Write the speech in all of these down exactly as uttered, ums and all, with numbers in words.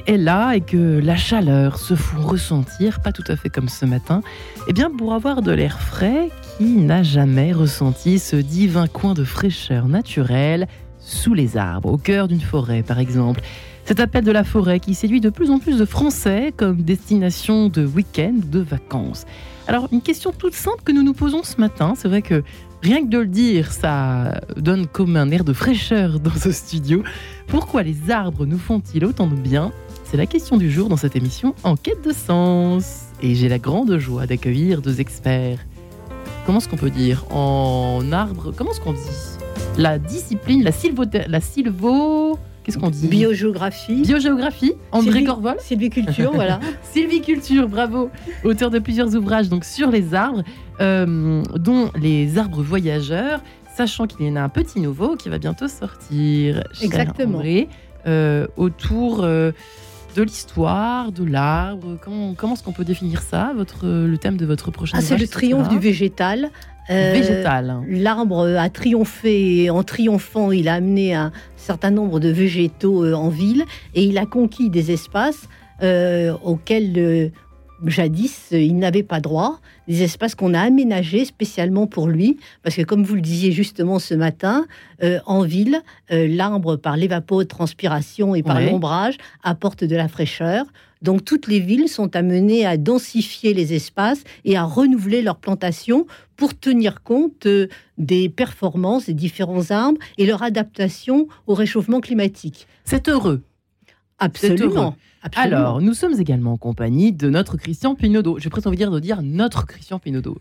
est là et que la chaleur se fout ressentir, pas tout à fait comme ce matin, eh bien pour avoir de l'air frais, qui n'a jamais ressenti ce divin coin de fraîcheur naturelle sous les arbres, au cœur d'une forêt par exemple. Cet appel de la forêt qui séduit de plus en plus de Français comme destination de week-end ou de vacances. Alors une question toute simple que nous nous posons ce matin, c'est vrai que rien que de le dire, ça donne comme un air de fraîcheur dans ce studio. Pourquoi les arbres nous font-ils autant de bien ? C'est la question du jour dans cette émission En quête de sens. Et j'ai la grande joie d'accueillir deux experts. Comment est-ce qu'on peut dire ? En arbre, comment est-ce qu'on dit ? La discipline, la sylvo... La sylvo... Qu'est-ce qu'on dit ? Biogéographie. Biogéographie. André Sylvie... Corvol. Sylviculture, voilà. Sylviculture, bravo. Auteur de plusieurs ouvrages donc, sur les arbres, euh, dont les arbres voyageurs, sachant qu'il y en a un petit nouveau qui va bientôt sortir. Exactement. André, euh, autour euh, de l'histoire, de l'arbre. Comment, comment est-ce qu'on peut définir ça, votre, le thème de votre prochain ah, ouvrage ? C'est le triomphe du végétal. Euh, végétal. L'arbre a triomphé et en triomphant, il a amené un certain nombre de végétaux en ville et il a conquis des espaces euh, auxquels euh, jadis il n'avait pas droit, des espaces qu'on a aménagés spécialement pour lui, parce que comme vous le disiez justement ce matin, euh, en ville, euh, l'arbre par l'évapotranspiration et par ouais. l'ombrage apporte de la fraîcheur. Donc toutes les villes sont amenées à densifier les espaces et à renouveler leurs plantations pour tenir compte des performances des différents arbres et leur adaptation au réchauffement climatique. C'est heureux. Absolument. C'est heureux. Absolument. Alors, nous sommes également en compagnie de notre Christian Pinaudot. J'ai presque envie de dire notre Christian Pinaudot.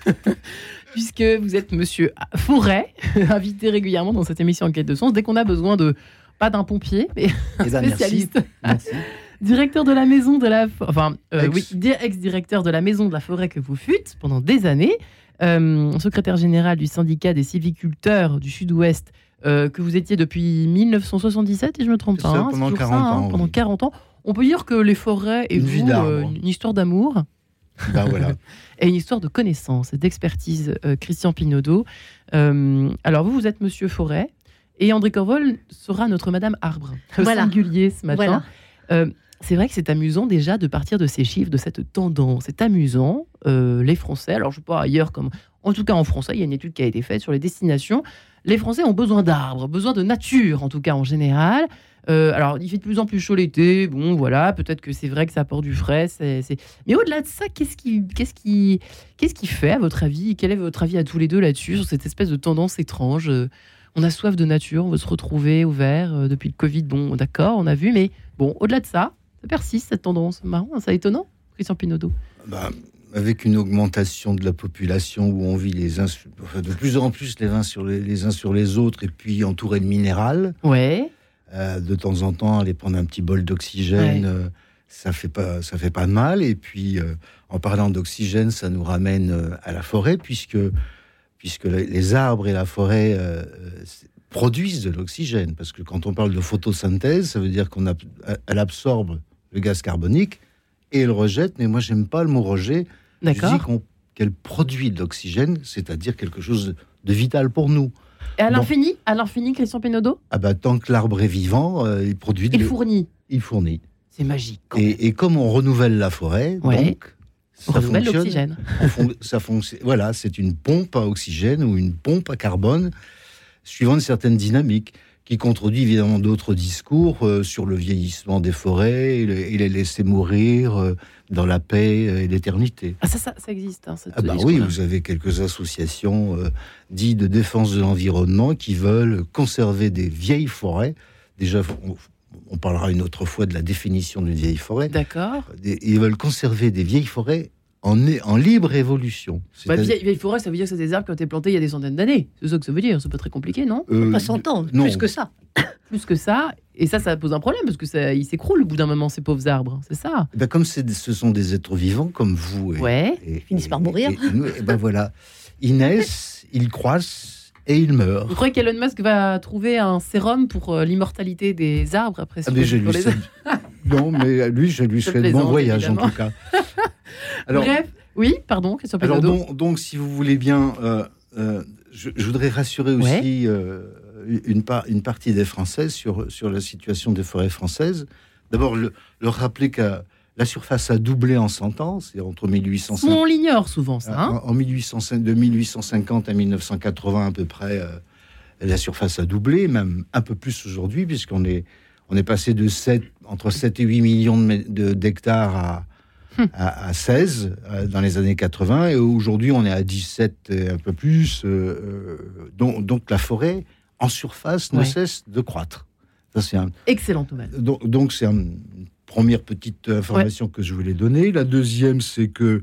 Puisque vous êtes monsieur Forêt, invité régulièrement dans cette émission En quête de sens, dès qu'on a besoin de, pas d'un pompier, mais un eh ben, spécialiste. Merci. Merci. Directeur de la maison de la... Enfin, euh, ex. oui, ex-directeur de la maison de la forêt que vous fûtes pendant des années, euh, secrétaire général du syndicat des sylviculteurs du Sud-Ouest, euh, que vous étiez depuis mille neuf cent soixante-dix-sept, si je ne me trompe pas. Ça, hein, pendant quarante ça, hein, ans. Pendant oui. quarante ans. On peut dire que les forêts et une vous, euh, une histoire d'amour. Ben voilà. Et une histoire de connaissance et d'expertise, euh, Christian Pinaudot. Euh, alors vous, vous êtes monsieur Forêt, et André Corvol sera notre madame Arbre, au voilà. singulier ce matin. Voilà. Euh, c'est vrai que c'est amusant déjà de partir de ces chiffres, de cette tendance. C'est amusant, euh, les Français, alors je ne sais pas ailleurs, comme, en tout cas en Français, il y a une étude qui a été faite sur les destinations. Les Français ont besoin d'arbres, besoin de nature, en tout cas en général. Euh, alors, il fait de plus en plus chaud l'été. Bon, voilà, peut-être que c'est vrai que ça apporte du frais. C'est, c'est... Mais au-delà de ça, qu'est-ce qui, qu'est-ce qui, qu'est-ce qui fait, à votre avis ? Quel est votre avis à tous les deux là-dessus, sur cette espèce de tendance étrange ? On a soif de nature, on veut se retrouver au vert. Euh, depuis le Covid, bon, d'accord, on a vu. Mais bon, au-delà de ça, ça persiste, cette tendance. Marrant, c'est étonnant, Christian Pinaudot. Bah, avec une augmentation de la population où on vit les uns, enfin, de plus en plus les uns sur les, les uns sur les autres, et puis entourés de minéral. Ouais. Euh, de temps en temps, aller prendre un petit bol d'oxygène, ouais. euh, ça fait pas, ça fait pas de mal. Et puis, euh, en parlant d'oxygène, ça nous ramène euh, à la forêt, puisque, puisque les arbres et la forêt euh, produisent de l'oxygène. Parce que quand on parle de photosynthèse, ça veut dire qu'on a, elle absorbe le gaz carbonique et elle rejette. Mais moi, j'aime pas le mot rejet. D'accord. Je dis qu'on, qu'elle produit de l'oxygène, c'est-à-dire quelque chose de, de vital pour nous. Et à l'infini, à l'infini, Christian Pinaudot ? Ah bah, tant que l'arbre est vivant, euh, il produit... Il de... fournit. Il fournit. C'est magique. Et, et comme on renouvelle la forêt, ouais. donc... On ça renouvelle fonctionne, l'oxygène. Fon- ça fonctionne, voilà, c'est une pompe à oxygène ou une pompe à carbone, suivant une certaine dynamique, qui contredit évidemment d'autres discours euh, sur le vieillissement des forêts et, le, et les laisser mourir euh, dans la paix et l'éternité. Ah ça, ça, ça existe, hein, cette ah bah oui, vous avez quelques associations euh, dites de défense de l'environnement qui veulent conserver des vieilles forêts. Déjà, on, on parlera une autre fois de la définition d'une vieille forêt. D'accord. Des, ils veulent conserver des vieilles forêts en, en libre évolution. Bah, vieille, vieille forêt, ça veut dire que c'est des arbres qui ont été plantés il y a des centaines d'années. C'est ça que ça veut dire. C'est pas très compliqué, non ? euh, Pas cent ans, non. plus que ça. Plus que ça. Et ça, ça pose un problème parce que ça, ils s'écroulent au bout d'un moment, ces pauvres arbres. C'est ça. Ben comme c'est, ce sont des êtres vivants comme vous. Et, ouais. Et, ils finissent par mourir. Et, et nous, et ben voilà. Ils naissent, ils croissent et ils meurent. Vous croyez qu'Elon Musk va trouver un sérum pour euh, l'immortalité des arbres après ah mais je lui les... sais... Non, mais lui, je lui souhaite bon voyage évidemment. En tout cas. Alors, bref, oui, pardon, Christian Pinaudot. Alors donc, donc, si vous voulez bien, euh, euh, je, je voudrais rassurer aussi ouais. euh, une, par, une partie des Français sur, sur la situation des forêts françaises, D'abord, le, le rappeler que la surface a doublé en cent ans, c'est entre mille huit cent cinquante... On l'ignore souvent, ça. Hein en mille huit cent, de mille huit cent cinquante à mille neuf cent quatre-vingts, à peu près, euh, la surface a doublé, même un peu plus aujourd'hui, puisqu'on est, on est passé de sept, entre sept et huit millions de, de, d'hectares à, hum. à, à seize euh, dans les années quatre-vingts, et aujourd'hui, on est à dix-sept et un peu plus. Euh, euh, donc, donc, la forêt, en surface, ne ouais. cesse de croître. Ça, c'est un... Excellente nouvelle. Donc, donc c'est un... Première petite information ouais. que je voulais donner. La deuxième, c'est que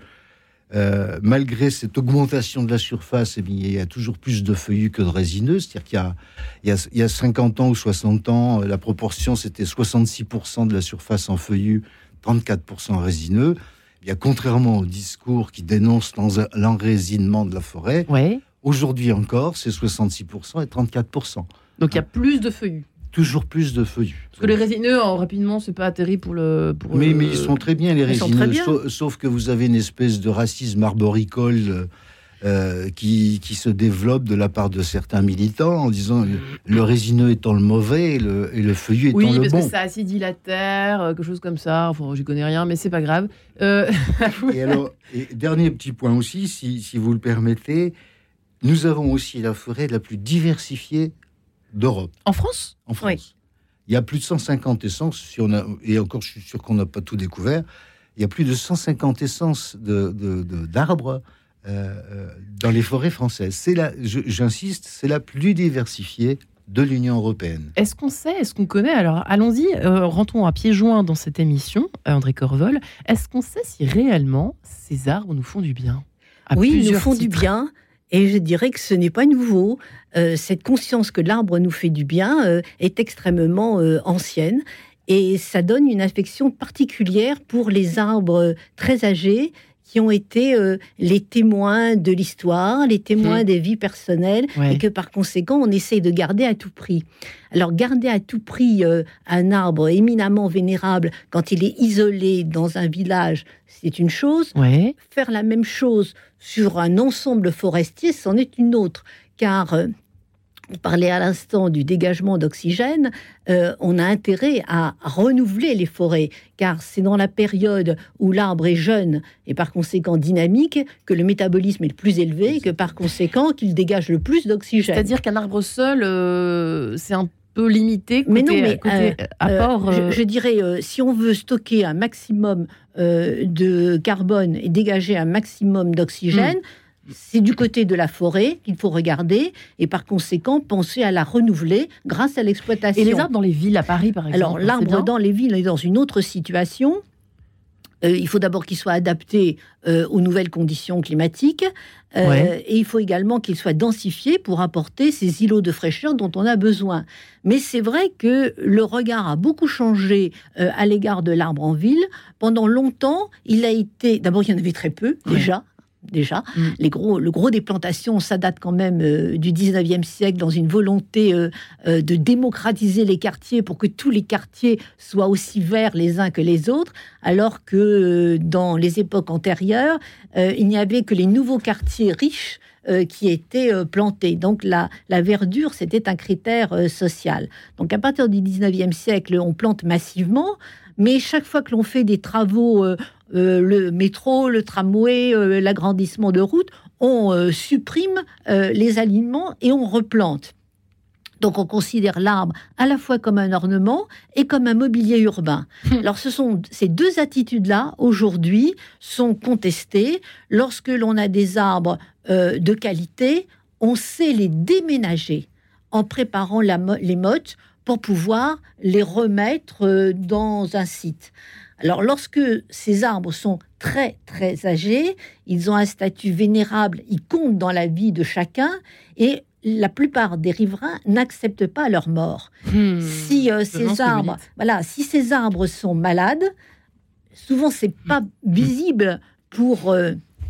euh, malgré cette augmentation de la surface, eh bien, il y a toujours plus de feuillus que de résineux. C'est-à-dire qu'il y a, il y a, il y a cinquante ans ou soixante ans, la proportion, c'était soixante-six pour cent de la surface en feuillus, trente-quatre pour cent en résineux. Il y a, contrairement au discours qui dénonce l'enraisinement de la forêt, ouais. aujourd'hui encore, c'est soixante-six pour cent et trente-quatre pour cent. Donc il y a plus de feuillus. Toujours plus de feuillus. Parce que les résineux, oh, rapidement, c'est pas terrible pour le... Pour mais, le... mais ils sont très bien, les ils résineux, bien. Sauf, sauf que vous avez une espèce de racisme arboricole euh, qui, qui se développe de la part de certains militants en disant le, le résineux étant le mauvais et le, et le feuillu étant oui, le bon. Oui, parce que ça acidifie la terre, quelque chose comme ça. Enfin, j'y connais rien, mais c'est pas grave. Euh... et alors, et dernier petit point aussi, si, si vous le permettez, nous avons aussi la forêt la plus diversifiée d'Europe. En France ? En France. Oui. Il y a plus de cent cinquante essences, si on a, et encore je suis sûr qu'on n'a pas tout découvert, il y a plus de cent cinquante essences de, de, de, d'arbres euh, dans les forêts françaises. C'est la, je, j'insiste, c'est la plus diversifiée de l'Union européenne. Est-ce qu'on sait, est-ce qu'on connaît, alors allons-y, euh, rentrons à pieds joints dans cette émission, André Corvol, est-ce qu'on sait si réellement ces arbres nous font du bien ? Oui, ils nous font titres. du bien. Et je dirais que ce n'est pas nouveau. Euh, cette conscience que l'arbre nous fait du bien euh, est extrêmement euh, ancienne. Et ça donne une affection particulière pour les arbres très âgés qui ont été euh, les témoins de l'histoire, les témoins mmh. des vies personnelles, ouais. et que par conséquent, on essaye de garder à tout prix. Alors, garder à tout prix euh, un arbre éminemment vénérable quand il est isolé dans un village, c'est une chose. Ouais. Faire la même chose sur un ensemble forestier, c'en est une autre. Car... Euh, on parlait à l'instant du dégagement d'oxygène, euh, on a intérêt à renouveler les forêts, car c'est dans la période où l'arbre est jeune et par conséquent dynamique que le métabolisme est le plus élevé et que par conséquent qu'il dégage le plus d'oxygène. C'est-à-dire qu'un arbre seul, euh, c'est un peu limité côté, mais non, mais, côté euh, apport. Euh, je, je dirais, euh, si on veut stocker un maximum euh, de carbone et dégager un maximum d'oxygène, mmh. c'est du côté de la forêt qu'il faut regarder et par conséquent penser à la renouveler grâce à l'exploitation. Et les arbres dans les villes, à Paris par exemple? Alors l'arbre dans les villes est dans une autre situation. Euh, il faut d'abord qu'il soit adapté euh, aux nouvelles conditions climatiques euh, ouais. et il faut également qu'il soit densifié pour apporter ces îlots de fraîcheur dont on a besoin. Mais c'est vrai que le regard a beaucoup changé euh, à l'égard de l'arbre en ville. Pendant longtemps, il a été... D'abord, il y en avait très peu ouais. déjà. Déjà, mmh. les gros, le gros des plantations, ça date quand même euh, du dix-neuvième siècle, dans une volonté euh, euh, de démocratiser les quartiers pour que tous les quartiers soient aussi verts les uns que les autres, alors que euh, dans les époques antérieures, euh, il n'y avait que les nouveaux quartiers riches euh, qui étaient euh, plantés. Donc la, la verdure, c'était un critère euh, social. Donc à partir du dix-neuvième siècle, on plante massivement, mais chaque fois que l'on fait des travaux... Euh, Euh, le métro, le tramway, euh, l'agrandissement de routes, on euh, supprime euh, les alignements et on replante. Donc on considère l'arbre à la fois comme un ornement et comme un mobilier urbain. Alors ce sont ces deux attitudes-là, aujourd'hui, sont contestées. Lorsque l'on a des arbres euh, de qualité, on sait les déménager en préparant la mo- les mottes pour pouvoir les remettre euh, dans un site. Alors, lorsque ces arbres sont très, très âgés, ils ont un statut vénérable, ils comptent dans la vie de chacun, et la plupart des riverains n'acceptent pas leur mort. Mmh, si euh, ces arbres, voilà, si ces arbres sont malades, souvent c'est pas visible pour euh,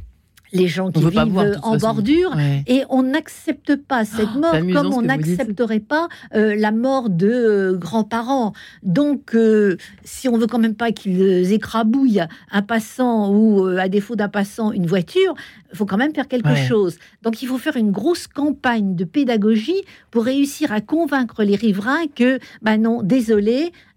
les gens qui vivent voir, en façon. bordure, ouais. et on n'accepte pas cette oh, mort comme on n'accepterait pas euh, la mort de euh, grands-parents. Donc, euh, si on veut quand même pas qu'ils écrabouillent un passant ou, euh, à défaut d'un passant, une voiture, il faut quand même faire quelque ouais. chose. Donc, il faut faire une grosse campagne de pédagogie pour réussir à convaincre les riverains que, ben non, désolé,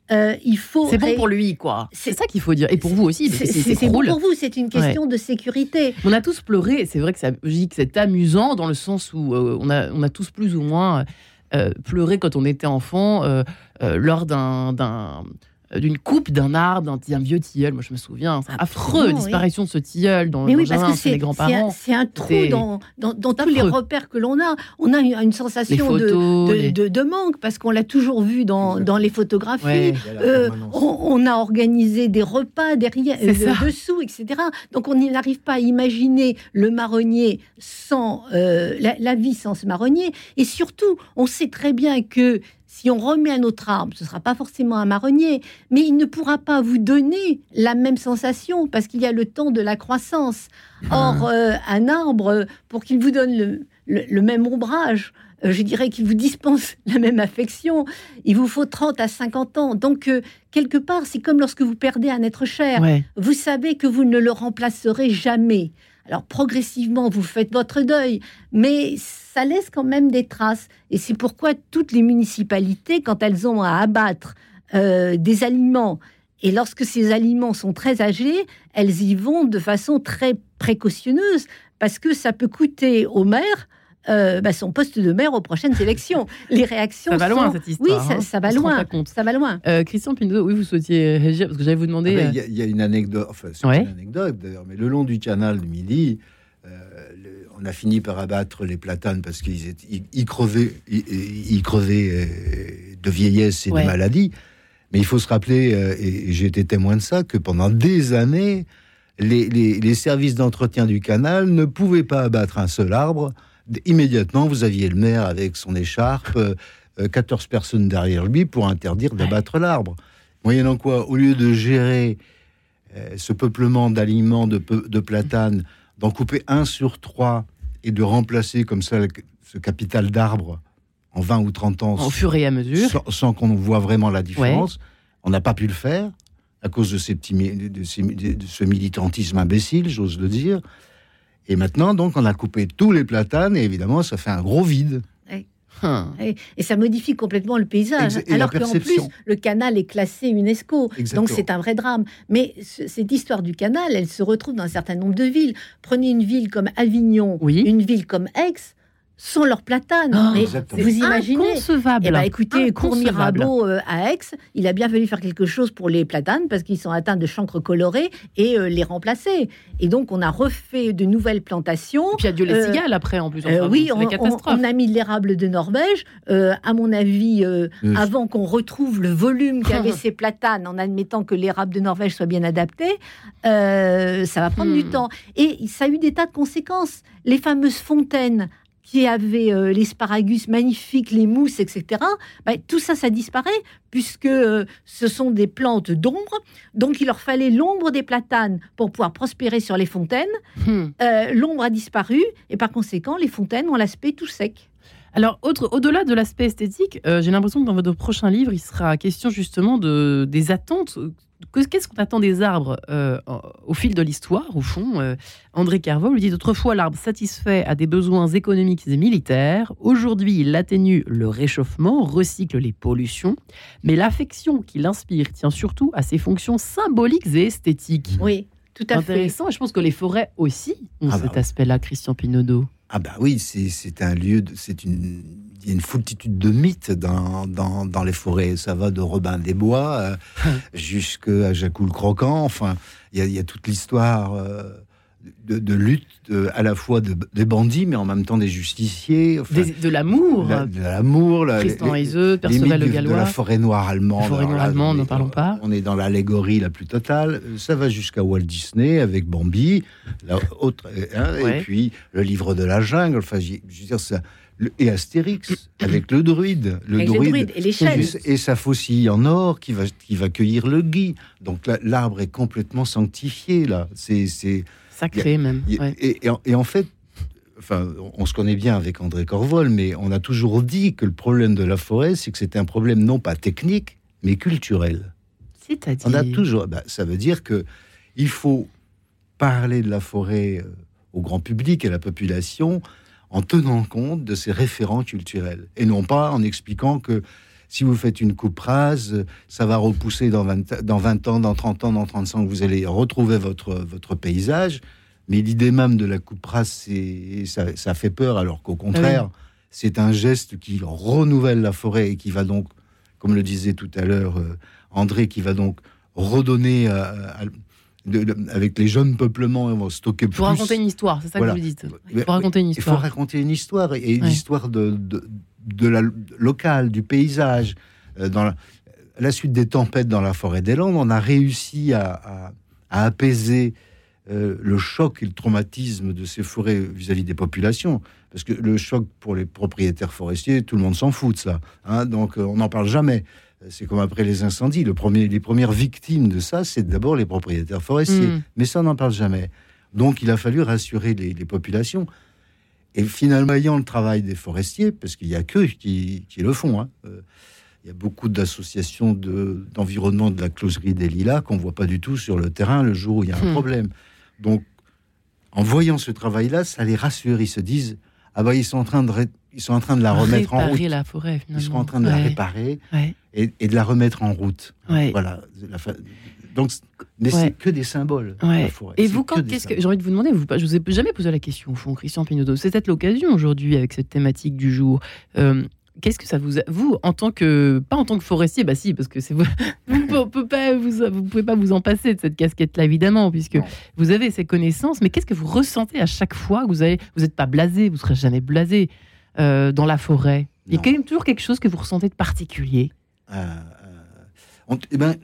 Euh, il faut c'est bon ré... pour lui, quoi. C'est, c'est ça qu'il faut dire. Et pour vous aussi. C'est, c'est, c'est, c'est cool. bon pour vous, c'est une question ouais. de sécurité. On a tous pleuré, c'est vrai que, ça, je dis que c'est amusant dans le sens où euh, on, a, on a tous plus ou moins euh, pleuré quand on était enfant euh, euh, lors d'un... d'un d'une coupe d'un arbre, d'un, d'un vieux tilleul. Moi, je me souviens, c'est affreux, oui. disparition de ce tilleul dans, mais dans oui, le jardin, parce que c'est, les grands-parents. C'est un, c'est un trou c'est... dans, dans, dans tous les repères que l'on a. On a une, une sensation photos, de, de, les... de, de manque, parce qu'on l'a toujours vu dans, dans les photographies. Ouais. Euh, on, on a organisé des repas derrière, euh, dessous, et cetera. Donc, on n'arrive pas à imaginer le marronnier sans... Euh, la, la vie sans ce marronnier. Et surtout, on sait très bien que si on remet un autre arbre, ce ne sera pas forcément un marronnier, mais il ne pourra pas vous donner la même sensation parce qu'il y a le temps de la croissance. Or, euh, un arbre, pour qu'il vous donne le, le, le même ombrage, euh, je dirais qu'il vous dispense la même affection, il vous faut trente à cinquante ans. Donc, euh, quelque part, c'est comme lorsque vous perdez un être cher. Ouais. Vous savez que vous ne le remplacerez jamais. Alors, progressivement, vous faites votre deuil, mais ça laisse quand même des traces. Et c'est pourquoi toutes les municipalités, quand elles ont à abattre euh, des aliments, et lorsque ces aliments sont très âgés, elles y vont de façon très précautionneuse, parce que ça peut coûter au maire Euh, bah, son poste de maire aux prochaines élections. Les réactions ça va sont... loin cette histoire. Oui, ça, hein. ça va loin. Ça va loin. Euh, Christian Pinaudot, oui, vous souhaitiez réagir parce que j'allais vous demander. Il ah, euh... y, y a une anecdote, enfin c'est ouais. une anecdote d'ailleurs, mais le long du canal du Midi, euh, le, on a fini par abattre les platanes parce qu'ils étaient, ils, ils crevaient, ils, ils crevaient euh, de vieillesse et ouais. de maladie. Mais il faut se rappeler, euh, et, et j'ai été témoin de ça, que pendant des années, les, les, les services d'entretien du canal ne pouvaient pas abattre un seul arbre. Immédiatement, vous aviez le maire avec son écharpe, euh, quatorze personnes derrière lui pour interdire d'abattre ouais. l'arbre. Moyennant quoi, au lieu de gérer euh, ce peuplement d'aliments de, de platanes, d'en couper un sur trois et de remplacer comme ça ce capital d'arbres en vingt ou trente ans, au fur et à mesure, sans, sans qu'on voit vraiment la différence, ouais. on n'a pas pu le faire à cause de, ces petits, de, ces, de ce militantisme imbécile, j'ose le dire. Et maintenant, donc, on a coupé tous les platanes et évidemment, ça fait un gros vide. Oui. Hum. Et ça modifie complètement le paysage. Et alors qu'en plus, le canal est classé UNESCO. Exactement. Donc, c'est un vrai drame. Mais ce, cette histoire du canal, elle se retrouve dans un certain nombre de villes. Prenez une ville comme Avignon, oui. une ville comme Aix, sans leurs platanes. Oh, mais vous imaginez inconcevable. Eh ben, écoutez, Cours Mirabeau euh, à Aix, il a bien fallu faire quelque chose pour les platanes parce qu'ils sont atteints de chancre coloré et euh, les remplacer. Et donc, on a refait de nouvelles plantations. Et puis, il y a Dieu les cigales euh, après, en plus. Euh, oui, on, on, on a mis l'érable de Norvège. Euh, à mon avis, euh, oui. avant qu'on retrouve le volume qu'avaient ces platanes, en admettant que l'érable de Norvège soit bien adapté, euh, ça va prendre hmm. du temps. Et ça a eu des tas de conséquences. Les fameuses fontaines qui avaient euh, l'asparagus magnifique, les mousses, et cetera, bah, tout ça, ça disparaît, puisque euh, ce sont des plantes d'ombre. Donc, il leur fallait l'ombre des platanes pour pouvoir prospérer sur les fontaines. Hmm. Euh, l'ombre a disparu, et par conséquent, les fontaines ont l'aspect tout sec. Alors, autre, au-delà de l'aspect esthétique, euh, j'ai l'impression que dans votre prochain livre, il sera question justement de, des attentes. Qu'est-ce qu'on attend des arbres euh, au fil de l'histoire, au fond euh, André Kervold lui dit autrefois l'arbre satisfait à des besoins économiques et militaires. Aujourd'hui, il atténue le réchauffement, recycle les pollutions. Mais l'affection qu'il inspire tient surtout à ses fonctions symboliques et esthétiques. Oui, tout à fait. Intéressant. Et je pense que les forêts aussi ont ah cet bah, aspect-là, Christian Pinaudot. Ah bah oui, c'est, c'est un lieu, de, c'est une, il y a une foultitude de mythes dans, dans, dans les forêts. Ça va de Robin des Bois euh, jusqu'à Jacou le Croquant. Enfin, il y a, il y a toute l'histoire euh, de, de lutte de, à la fois de, des bandits, mais en même temps des justiciers. Enfin, des, de l'amour. La, de l'amour. La, Tristan Iseux, Perceval le Gallois. De la forêt noire allemande. La forêt noire allemande, n'en parlons pas. On est dans l'allégorie la plus totale. Ça va jusqu'à Walt Disney avec Bambi, la autre, hein, ouais. et puis le livre de la jungle. Enfin, je veux dire ça. Le, et Astérix avec le druide, le, druide, le druide et les chênes et sa faucille en or qui va qui va cueillir le gui. Donc là, l'arbre est complètement sanctifié là. C'est c'est sacré a, même. Y, ouais. et, et, et en fait, enfin, on se connaît bien avec André Kervold, mais on a toujours dit que le problème de la forêt, c'est que c'était un problème non pas technique, mais culturel. C'est-à-dire, on a toujours. Bah, ça veut dire que il faut parler de la forêt euh, au grand public et à la population en tenant compte de ces référents culturels, et non pas en expliquant que si vous faites une coupe rase, ça va repousser dans vingt, dans vingt ans, dans trente ans, dans trente-cinq ans, vous allez retrouver votre, votre paysage. Mais l'idée même de la coupe rase, c'est, ça, ça fait peur, alors qu'au contraire, oui. c'est un geste qui renouvelle la forêt et qui va donc, comme le disait tout à l'heure euh, André, qui va donc redonner à, à, de, de, avec les jeunes peuplements, on va stocker plus. Il faut raconter une histoire, c'est ça voilà. que vous dites. Il faut raconter une histoire. Il faut raconter une histoire, et une ouais. histoire de, de, de la locale, du paysage. Euh, dans la, à la suite des tempêtes dans la forêt des Landes, on a réussi à, à, à apaiser euh, le choc et le traumatisme de ces forêts vis-à-vis des populations. Parce que le choc pour les propriétaires forestiers, tout le monde s'en fout de ça. Hein, donc euh, on n'en parle jamais. C'est comme après les incendies. Le premier, les premières victimes de ça, c'est d'abord les propriétaires forestiers. Mmh. Mais ça, on n'en parle jamais. Donc, il a fallu rassurer les, les populations. Et finalement, ayant le travail des forestiers, parce qu'il n'y a qu'eux qui, qui le font. Hein. Euh, il y a beaucoup d'associations de, d'environnement de la closerie des Lilas qu'on ne voit pas du tout sur le terrain le jour où il y a un mmh. problème. Donc, en voyant ce travail-là, ça les rassure. Ils se disent... Ah bah ils sont en train de ré... ils sont en train de la remettre réparer en route. La forêt, ils sont en train de ouais. la réparer ouais. et, et de la remettre en route. Ouais. Voilà. La fa... Donc, mais ouais. c'est que des symboles. Ouais. La forêt. Et c'est vous, quand, qu'est-ce que j'ai envie de vous demander, vous, je vous ai jamais posé la question au fond, Christian Pinaudot. C'est peut-être l'occasion aujourd'hui avec cette thématique du jour. Euh, Qu'est-ce que ça vous a... Vous, en tant que... Pas en tant que forestier, bah si, parce que c'est vous... vous peut pas vous... vous pouvez pas vous en passer de cette casquette-là, évidemment, puisque ouais. vous avez ces connaissances. Mais qu'est-ce que vous ressentez à chaque fois que vous avez... Vous n'êtes pas blasé, vous ne serez jamais blasé euh, dans la forêt. Non. Il y a quand même toujours quelque chose que vous ressentez de particulier. Euh, euh, on... Eh ben...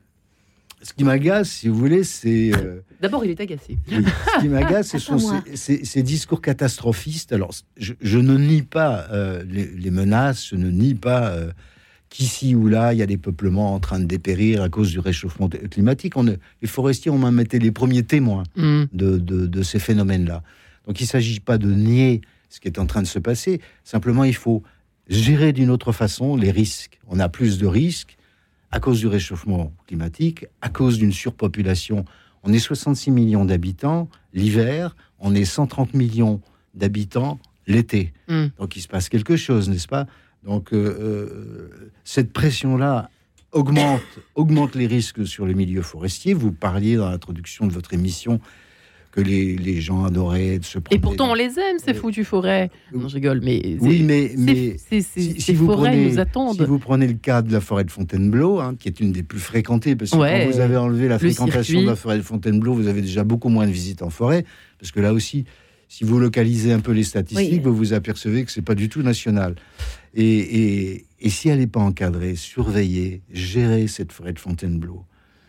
Ce qui m'agace, si vous voulez, c'est... Euh... D'abord, il est agacé. Oui, ce qui m'agace, ce sont ces, ces, ces discours catastrophistes. Alors, je, je ne nie pas euh, les, les menaces, je ne nie pas euh, qu'ici ou là, il y a des peuplements en train de dépérir à cause du réchauffement climatique. On est, les forestiers ont même été les premiers témoins mmh. de, de, de ces phénomènes-là. Donc, il ne s'agit pas de nier ce qui est en train de se passer. Simplement, il faut gérer d'une autre façon les risques. On a plus de risques à cause du réchauffement climatique, à cause d'une surpopulation. On est soixante-six millions d'habitants l'hiver, on est cent trente millions d'habitants l'été. Mmh. Donc il se passe quelque chose, n'est-ce pas ? Donc euh, euh, cette pression-là augmente, augmente les risques sur le milieu forestier. Vous parliez dans l'introduction de votre émission que les, les gens adoraient de se promener. Et pourtant, on les aime, ces foutues forêts. Non, je rigole, mais... Oui, mais, mais c'est, c'est, si, ces si forêts prenez, nous attendent. Si vous prenez le cas de la forêt de Fontainebleau, hein, qui est une des plus fréquentées, parce que ouais, quand vous avez enlevé la fréquentation circuit. de la forêt de Fontainebleau, vous avez déjà beaucoup moins de visites en forêt, parce que là aussi, si vous localisez un peu les statistiques, oui. vous vous apercevez que c'est pas du tout national. Et, et, et si elle n'est pas encadrée, surveillée, gérée, cette forêt de Fontainebleau,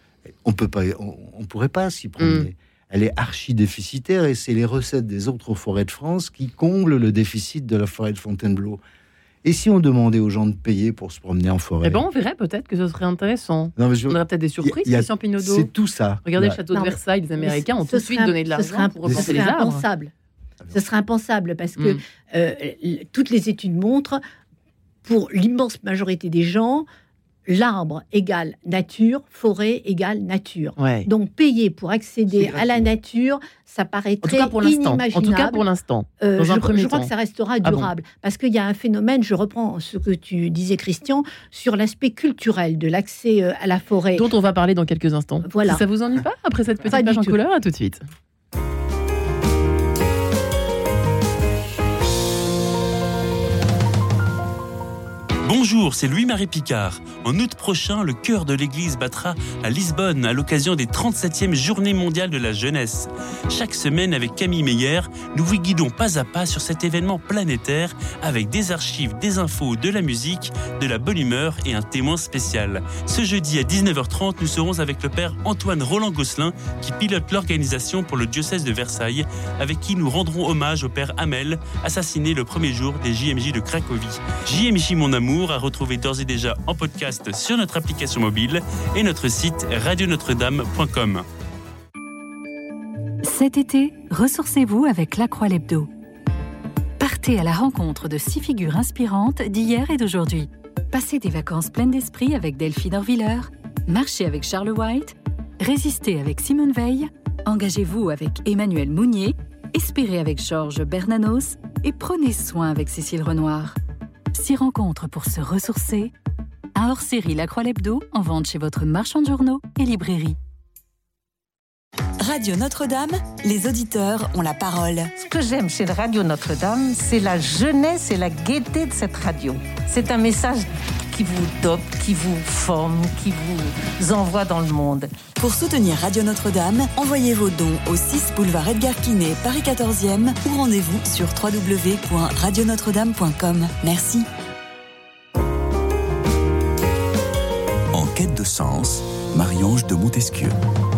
on peut pas, on ne pourrait pas s'y promener. Mm. Elle est archi-déficitaire et c'est les recettes des autres forêts de France qui comblent le déficit de la forêt de Fontainebleau. Et si on demandait aux gens de payer pour se promener en forêt ? Eh ben on verrait peut-être que ce serait intéressant. Non, je... On aurait peut-être des surprises, a, Christian Pinaudot. C'est tout ça. Regardez là. le château non, de Versailles, les Américains ont tout de suite donné de l'argent pour replanter les arbres. Impensable. Ce serait impensable parce que mm. euh, toutes les études montrent, pour l'immense majorité des gens, l'arbre égale nature, forêt égale nature. Ouais. Donc, payer pour accéder à la nature, ça paraît très inimaginable. En tout cas pour l'instant. Euh, dans je, un premier je crois temps. que ça restera durable. Ah bon. Parce qu'il y a un phénomène, je reprends ce que tu disais, Christian, sur l'aspect culturel de l'accès à la forêt. Dont on va parler dans quelques instants. Voilà. Ça vous ennuie pas après cette petite page en couleur ? À tout de suite. Bonjour, c'est Louis-Marie Picard. En août prochain, le chœur de l'Église battra à Lisbonne à l'occasion des trente-septième Journées mondiales de la jeunesse. Chaque semaine, avec Camille Meyer, nous vous guidons pas à pas sur cet événement planétaire avec des archives, des infos, de la musique, de la bonne humeur et un témoin spécial. Ce jeudi à dix-neuf heures trente, nous serons avec le père Antoine Roland-Gosselin qui pilote l'organisation pour le diocèse de Versailles, avec qui nous rendrons hommage au père Hamel, assassiné le premier jour des J M J de Cracovie. J M J Mon Amour à retrouver d'ores et déjà en podcast sur notre application mobile et notre site radio notre dame point com. Cet été, ressourcez-vous avec La Croix l'Hebdo. Partez à la rencontre de six figures inspirantes d'hier et d'aujourd'hui. Passez des vacances pleines d'esprit avec Delphine Orviller, marchez avec Charles White, résistez avec Simone Veil, engagez-vous avec Emmanuel Mounier, espérez avec Georges Bernanos et prenez soin avec Cécile Renoir. Six rencontres pour se ressourcer, Un hors-série La Croix l'Hebdo en vente chez votre marchand de journaux et librairie. Radio Notre-Dame, les auditeurs ont la parole. Ce que j'aime chez Radio Notre-Dame, c'est la jeunesse et la gaieté de cette radio. C'est un message qui vous dope, qui vous forme, qui vous envoie dans le monde. Pour soutenir Radio Notre-Dame, envoyez vos dons au six boulevard Edgar Quinet, Paris quatorzième ou rendez-vous sur w w w point radio notre dame point com. Merci. En quête de sens, Marie-Ange de Montesquieu.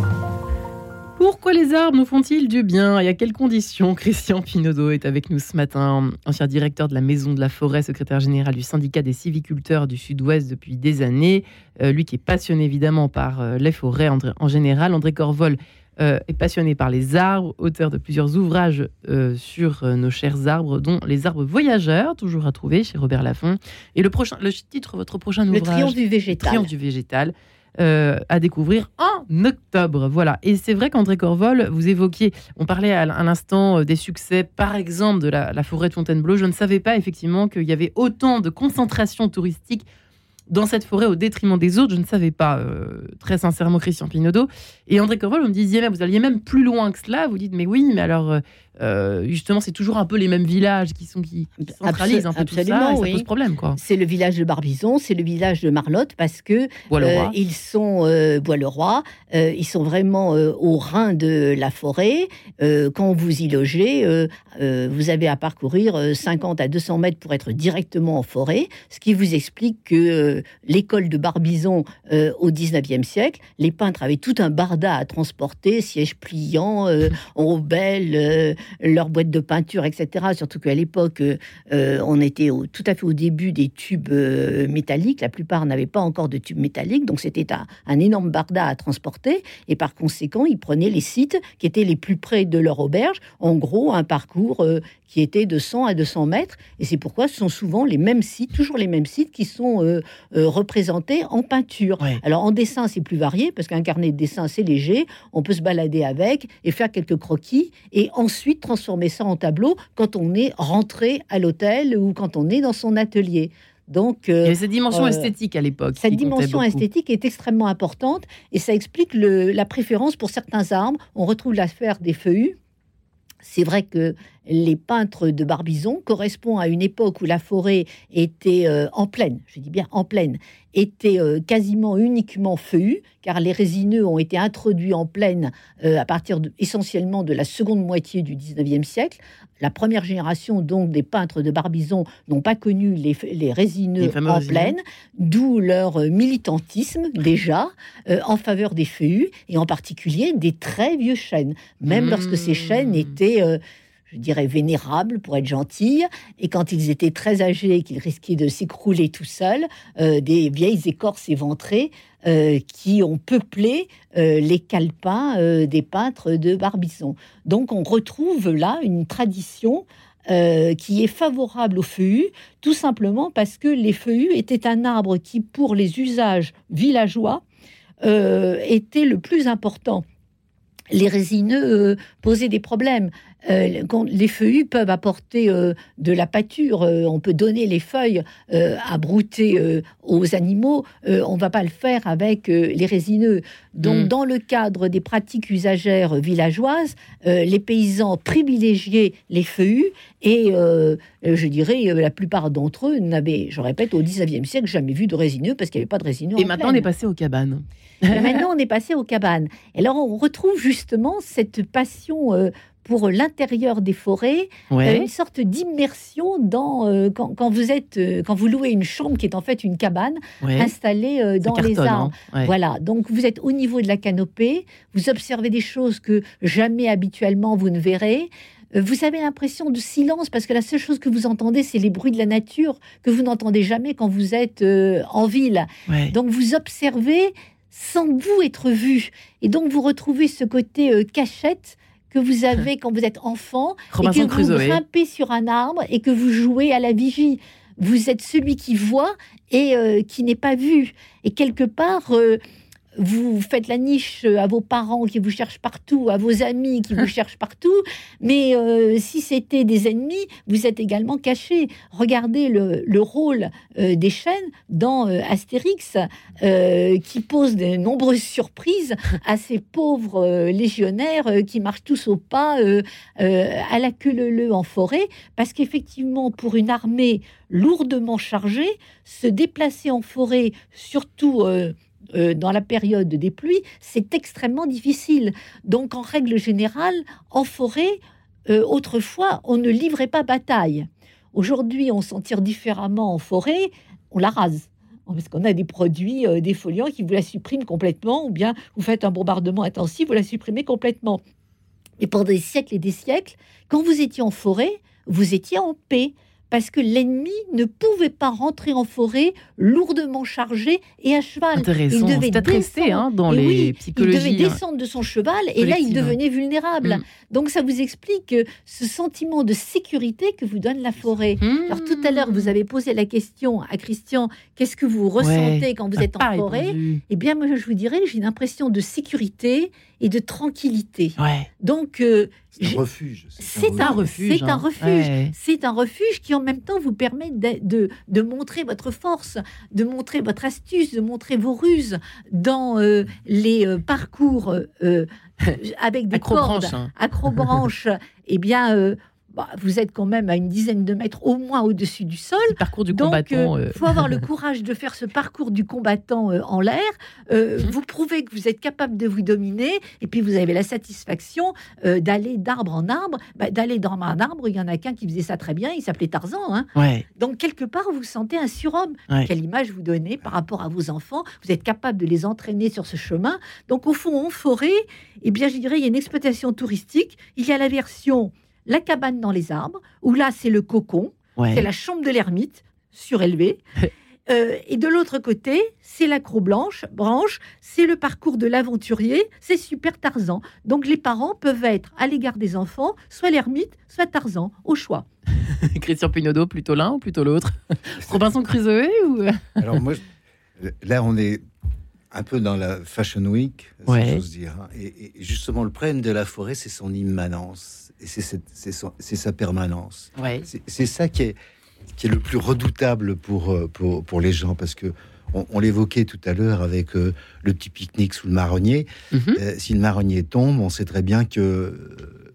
Pourquoi les arbres nous font-ils du bien et à quelles conditions? Christian Pinaudot est avec nous ce matin, ancien directeur de la Maison de la Forêt, secrétaire général du syndicat des sylviculteurs du Sud-Ouest depuis des années. Euh, lui qui est passionné évidemment par euh, les forêts en, en général. André Corvol euh, est passionné par les arbres, auteur de plusieurs ouvrages euh, sur euh, nos chers arbres, dont Les arbres voyageurs, toujours à trouver chez Robert Laffont. Et le, prochain, le titre, votre prochain Le ouvrage, triomphe du végétal. Le triomphe du végétal. Euh, à découvrir en octobre. Voilà. Et c'est vrai qu'André Corvol, vous évoquiez, on parlait à, à l'instant euh, des succès, par exemple, de la, la forêt de Fontainebleau. Je ne savais pas effectivement qu'il y avait autant de concentration touristique dans cette forêt au détriment des autres. Je ne savais pas, euh, très sincèrement, Christian Pinaudot. Et André Corvol, vous me disiez, vous alliez même plus loin que cela. Vous dites, mais oui, mais alors, euh, justement, c'est toujours un peu les mêmes villages qui, sont, qui, qui centralisent un peu tout ça. Et ça oui. pose problème, quoi. C'est le village de Barbizon, c'est le village de Marlotte, parce que euh, ils sont euh, Bois-le-Roi, euh, ils sont vraiment euh, au rein de la forêt. Euh, quand vous y logez, euh, euh, vous avez à parcourir euh, cinquante à deux cents mètres pour être directement en forêt, ce qui vous explique que euh, l'école de Barbizon euh, au dix-neuvième siècle, les peintres avaient tout un barda à transporter, sièges pliants, euh, robelles, euh, leurs boîtes de peinture, et cetera. Surtout qu'à l'époque, euh, on était au, tout à fait au début des tubes euh, métalliques. La plupart n'avaient pas encore de tubes métalliques, donc c'était un, un énorme barda à transporter. Et par conséquent, ils prenaient les sites qui étaient les plus près de leur auberge. En gros, un parcours euh, qui était de cent à deux cents mètres. Et c'est pourquoi ce sont souvent les mêmes sites, toujours les mêmes sites qui sont euh, euh, représentés en peinture. Ouais. Alors en dessin, c'est plus varié, parce qu'un carnet de dessin, c'est léger. On peut se balader avec et faire quelques croquis. Et ensuite, transformer ça en tableau quand on est rentré à l'hôtel ou quand on est dans son atelier. Donc, euh, il y avait cette dimension euh, esthétique à l'époque. Cette dimension esthétique est extrêmement importante et ça explique le, la préférence pour certains arbres. On retrouve l'affaire des feuillus. C'est vrai que les peintres de Barbizon correspondent à une époque où la forêt était euh, en plaine, je dis bien en plaine, était euh, quasiment uniquement feuillue, car les résineux ont été introduits en plaine euh, à partir de, essentiellement de la seconde moitié du dix-neuvième siècle. La première génération donc des peintres de Barbizon n'ont pas connu les, les résineux les en résineux. plaine, d'où leur militantisme déjà euh, en faveur des feuillus et en particulier des très vieux chênes, même mmh. lorsque ces chênes étaient euh, je dirais vénérables pour être gentils, et quand ils étaient très âgés et qu'ils risquaient de s'écrouler tout seuls, euh, des vieilles écorces éventrées euh, qui ont peuplé euh, les calepins euh, des peintres de Barbizon. Donc on retrouve là une tradition euh, qui est favorable aux feuillus, tout simplement parce que les feuillus étaient un arbre qui, pour les usages villageois, euh, était le plus important. Les résineux euh, posaient des problèmes. Euh, quand les feuillus peuvent apporter euh, de la pâture, euh, on peut donner les feuilles euh, à brouter euh, aux animaux, euh, on ne va pas le faire avec euh, les résineux. Donc, mmh. dans le cadre des pratiques usagères villageoises, euh, les paysans privilégiaient les feuillus et, euh, je dirais, euh, la plupart d'entre eux n'avaient, je répète, au dix-neuvième siècle, jamais vu de résineux parce qu'il n'y avait pas de résineux. Et en maintenant, plaine. on est passé aux cabanes. Et maintenant, on est passé aux cabanes. Et alors, on retrouve justement cette passion euh, pour l'intérieur des forêts, ouais. euh, une sorte d'immersion dans euh, quand, quand vous êtes, euh, quand vous louez une chambre qui est en fait une cabane ouais. installée euh, dans les arbres. Ouais. Voilà. Donc, vous êtes au niveau de la canopée, vous observez des choses que jamais habituellement vous ne verrez. Vous avez l'impression de silence parce que la seule chose que vous entendez, c'est les bruits de la nature que vous n'entendez jamais quand vous êtes euh, en ville. Ouais. Donc, vous observez sans vous être vu. Et donc, vous retrouvez ce côté euh, cachette que vous avez quand vous êtes enfant Robinson et que Crusoe. Vous grimpez sur un arbre et que vous jouez à la vigie. Vous êtes celui qui voit et euh, qui n'est pas vu. Et quelque part, euh, vous faites la niche à vos parents qui vous cherchent partout, à vos amis qui vous cherchent partout, mais euh, si c'était des ennemis, vous êtes également cachés. Regardez le, le rôle euh, des chênes dans euh, Astérix, euh, qui pose de nombreuses surprises à ces pauvres euh, légionnaires euh, qui marchent tous au pas, euh, euh, à la queue leu-leu en forêt, parce qu'effectivement, pour une armée lourdement chargée, se déplacer en forêt, surtout... Euh, Euh, dans la période des pluies, c'est extrêmement difficile. Donc, en règle générale, en forêt, euh, autrefois, on ne livrait pas bataille. Aujourd'hui, on s'en tire différemment en forêt, on la rase. Parce qu'on a des produits euh, défoliants qui vous la suppriment complètement, ou bien vous faites un bombardement intensif, vous la supprimez complètement. Et pendant des siècles et des siècles, quand vous étiez en forêt, vous étiez en paix. Parce que l'ennemi ne pouvait pas rentrer en forêt lourdement chargé et à cheval. Intéressant, il devait c'est attesté hein, dans les oui, psychologies. Il devait descendre de son cheval et là, il devenait vulnérable. Mmh. Donc, ça vous explique ce sentiment de sécurité que vous donne la forêt. Mmh. Alors, tout à l'heure, vous avez posé la question à Christian, qu'est-ce que vous ressentez ouais, quand vous êtes en forêt ? Répondu. Eh bien, moi, je vous dirais, j'ai une impression de sécurité et de tranquillité. Ouais. Donc, euh, c'est un refuge. C'est, c'est un refuge. C'est un refuge. Ouais. C'est un refuge qui, en même temps, vous permet de, de, de montrer votre force, de montrer votre astuce, de montrer vos ruses dans euh, les euh, parcours euh, avec des cordes, hein. acrobranches. Eh bien, euh, bah, vous êtes quand même à une dizaine de mètres au moins au-dessus du sol. Le parcours du Donc, combattant. il euh, faut avoir le courage de faire ce parcours du combattant euh, en l'air. Euh, mmh. Vous prouvez que vous êtes capable de vous dominer. Et puis, vous avez la satisfaction euh, d'aller d'arbre en arbre. Bah, d'aller dans un arbre, il y en a qu'un qui faisait ça très bien. Il s'appelait Tarzan. Hein. Ouais. Donc, quelque part, vous vous sentez un surhomme. Ouais. Quelle image vous donnez par rapport à vos enfants ? Vous êtes capable de les entraîner sur ce chemin. Donc, au fond, en forêt, eh bien, je dirais, il y a une exploitation touristique. Il y a la version... la cabane dans les arbres, où là, c'est le cocon, ouais. c'est la chambre de l'ermite, surélevée. euh, et de l'autre côté, c'est l'acrobranche, branche, c'est le parcours de l'aventurier, c'est super Tarzan. Donc, les parents peuvent être, à l'égard des enfants, soit l'ermite, soit Tarzan, au choix. Christian Pinaudot, plutôt l'un ou plutôt l'autre ? Robinson Crusoe ou... Alors, moi, là, on est un peu dans la Fashion Week, ouais. si j'ose dire. Et, et justement, le problème de la forêt, c'est son immanence. Et c'est, c'est, c'est, son, c'est sa permanence. Ouais. C'est, c'est ça qui est, qui est le plus redoutable pour, pour, pour les gens, parce que on, on l'évoquait tout à l'heure avec euh, le petit pique-nique sous le marronnier. Mm-hmm. Euh, si le marronnier tombe, on sait très bien que euh,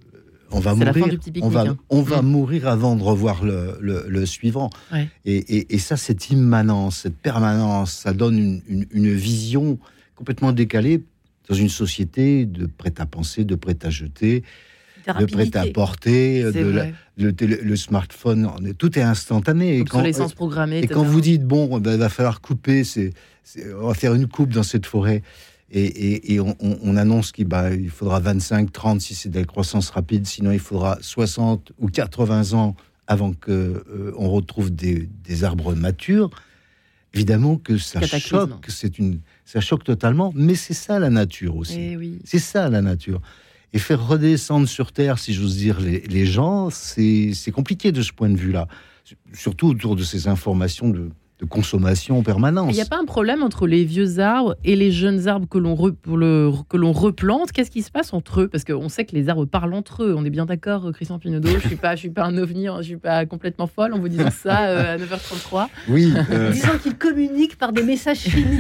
on va c'est mourir. La fin du petit on va, hein. on va mm. mourir avant de revoir le, le, le suivant. Ouais. Et, et, et ça, cette immanence, cette permanence, ça donne une, une, une vision complètement décalée dans une société de prêt-à-penser, de prêt-à-jeter, de prêt-à-porter, de la, le, le, le smartphone, tout est instantané. Et quand, l'essence programmée. Et quand vous dites, bon, ben, il va falloir couper, c'est, c'est, on va faire une coupe dans cette forêt, et, et, et on, on, on annonce qu'il bah, il faudra vingt-cinq, trente si c'est de la croissance rapide, sinon il faudra soixante ou quatre-vingts ans avant qu'on euh, retrouve des, des arbres matures. Évidemment que ça choque, que c'est une, ça choque totalement, mais c'est ça la nature aussi. Et oui. C'est ça la nature. Et faire redescendre sur Terre, si j'ose dire, les, les gens, c'est, c'est compliqué de ce point de vue-là. Surtout autour de ces informations de, de consommation en permanence. Il n'y a pas un problème entre les vieux arbres et les jeunes arbres que l'on, re, le, que l'on replante ? Qu'est-ce qui se passe entre eux ? Parce qu'on sait que les arbres parlent entre eux. On est bien d'accord, Christian Pinaudot. Je ne suis, suis pas un ovni, je ne suis pas complètement folle en vous disant ça euh, à neuf heures trente-trois. Oui. Euh... Disons qu'ils communiquent par des messages chimiques.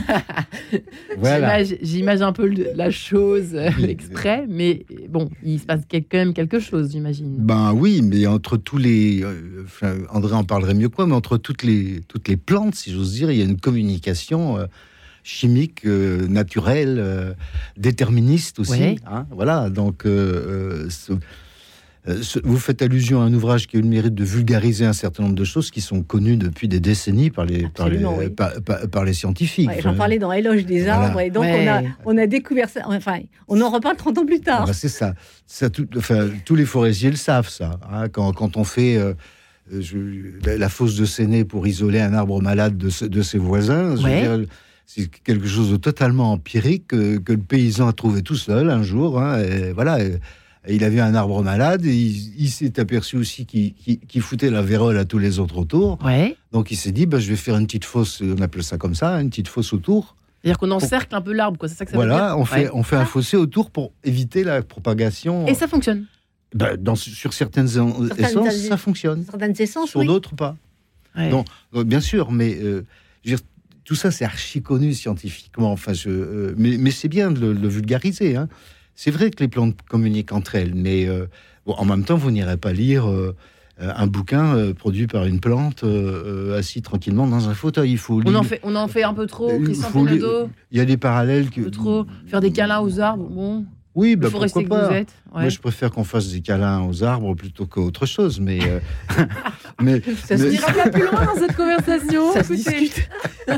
Voilà. J'imagine, j'imagine un peu la chose euh, oui. exprès, mais bon, il se passe quand même quelque chose, j'imagine. Ben oui, mais entre tous les... Euh, enfin, André en parlerait mieux que moi, mais entre toutes les, toutes les plantes, si j'ose dire, il y a une communication euh, chimique, euh, naturelle, euh, déterministe aussi. Ouais. Hein, voilà, donc euh, ce, euh, ce, vous faites allusion à un ouvrage qui a eu le mérite de vulgariser un certain nombre de choses qui sont connues depuis des décennies par les, par les, oui. par, par, par les scientifiques. Ouais, j'en parlais dans Éloge des arbres, voilà. Et donc ouais. on, a, on a découvert ça, enfin, on en reparle trente ans plus tard. Ah bah c'est ça. ça tout, enfin, tous les forestiers le savent, ça. Hein, quand, quand on fait... Euh, Je, la, la fosse de Séné pour isoler un arbre malade de, de ses voisins, je ouais. veux dire, c'est quelque chose de totalement empirique que, que le paysan a trouvé tout seul un jour. Hein, et voilà, et, et il avait un arbre malade et il, il s'est aperçu aussi qu'il, qu'il, qu'il foutait la vérole à tous les autres autour. Ouais. Donc il s'est dit, bah, je vais faire une petite fosse, on appelle ça comme ça, une petite fosse autour. C'est-à-dire qu'on encercle un peu l'arbre, quoi. C'est ça que ça voilà, veut dire. on fait, Ouais. on fait un fossé autour pour éviter la propagation. Et ça fonctionne. Ben, dans, sur certaines, certaines essences, essences, ça fonctionne. Certaines essences, Sur oui. d'autres, pas. Ouais. Donc, euh, bien sûr, mais euh, je veux dire, tout ça, c'est archi connu scientifiquement. Enfin, je, euh, mais, mais c'est bien de le, le vulgariser. Hein. C'est vrai que les plantes communiquent entre elles, mais euh, bon, en même temps, vous n'irez pas lire euh, un bouquin euh, produit par une plante euh, euh, assis tranquillement dans un fauteuil. Il faut On lire. en fait, on en fait un peu trop. Il Christian faut lire- Pinaudot, Il y a des parallèles un que. peu trop. Faire des câlins aux arbres. Bon, Oui, le bah, forestier pourquoi que pas. vous êtes. Ouais. Moi, je préfère qu'on fasse des câlins aux arbres plutôt qu'autre chose, mais. euh, mais Ça se mais- On ira pas plus loin dans cette conversation. Ça se écoutez. discute.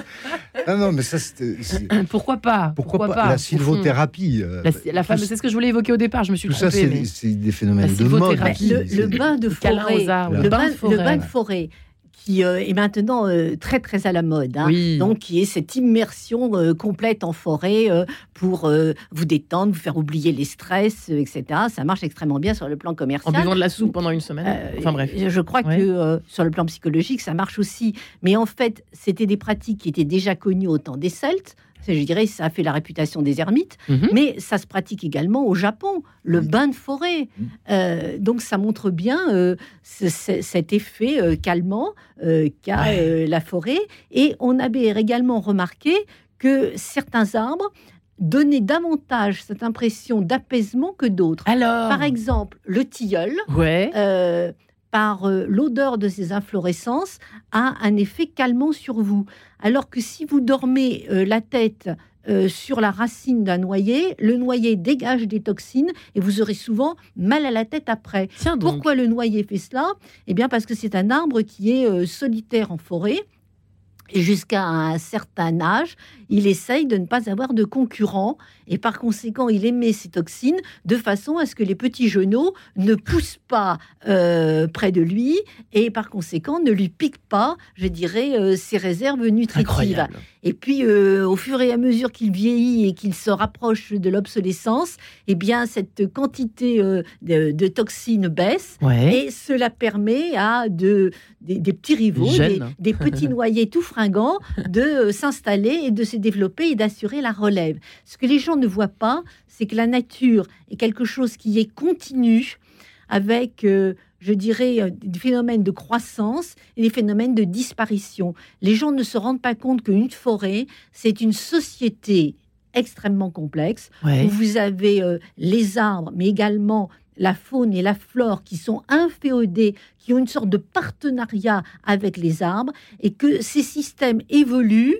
Ah non, mais ça, c'était- c'est. Pourquoi pas Pourquoi, pas, au La fond. sylvothérapie. euh, La, la fameuse, tout- c'est ce que je voulais évoquer au départ. Je me suis Tout ça, trompée. c'est mais... c'est des phénomènes La de mode. sylvothérapie. Le, C'est- le bain de câlin forêt, aux arbres, le, le bain, bain de forêt. le bain de forêt, qui euh, est maintenant euh, très très à la mode. Hein. Oui. Donc, qui est cette immersion euh, complète en forêt euh, pour euh, vous détendre, vous faire oublier les stress, euh, et cetera. Ça marche extrêmement bien sur le plan En commercial. buvant de la soupe pendant une semaine. Euh, Enfin bref. et Je crois Ouais. que euh, sur le plan psychologique, ça marche aussi. Mais en fait, c'était des pratiques qui étaient déjà connues au temps des Celtes. C'est, je dirais, ça a fait la réputation des ermites. Mhm. Mais ça se pratique également au Japon, le Oui. bain de forêt. Mhm. Euh, donc ça montre bien euh, ce- ce- cet effet euh, calmant euh, qu'a Ouais. euh, la forêt. Et on avait également remarqué que certains arbres donnaient davantage cette impression d'apaisement que d'autres. Alors. Par exemple, le tilleul, Ouais. euh, par euh, l'odeur de ses inflorescences, a un effet calmant sur vous. Alors que si vous dormez euh, la tête euh, sur la racine d'un noyer, le noyer dégage des toxines et vous aurez souvent mal à la tête après. Tiens donc. Pourquoi le noyer fait cela ? Eh bien parce que c'est un arbre qui est euh, solitaire en forêt. Et jusqu'à un certain âge, il essaye de ne pas avoir de concurrents et par conséquent, il émet ces toxines de façon à ce que les petits genoux ne poussent pas euh, près de lui et par conséquent ne lui piquent pas, je dirais, euh, ses réserves nutritives. Incroyable. Et puis, euh, au fur et à mesure qu'il vieillit et qu'il se rapproche de l'obsolescence, eh bien, cette quantité euh, de, de toxines baisse. Ouais. Et cela permet à de, des, des petits rivaux, des, Jeunes. des petits noyers tout fringants, de euh, s'installer et de se développer et d'assurer la relève. Ce que les gens ne voient pas, c'est que la nature est quelque chose qui est continu, avec, euh, je dirais, euh, des phénomènes de croissance et des phénomènes de disparition. Les gens ne se rendent pas compte qu'une forêt, c'est une société extrêmement complexe, Ouais. où vous avez euh, les arbres, mais également la faune et la flore qui sont inféodés, qui ont une sorte de partenariat avec les arbres, et que ces systèmes évoluent,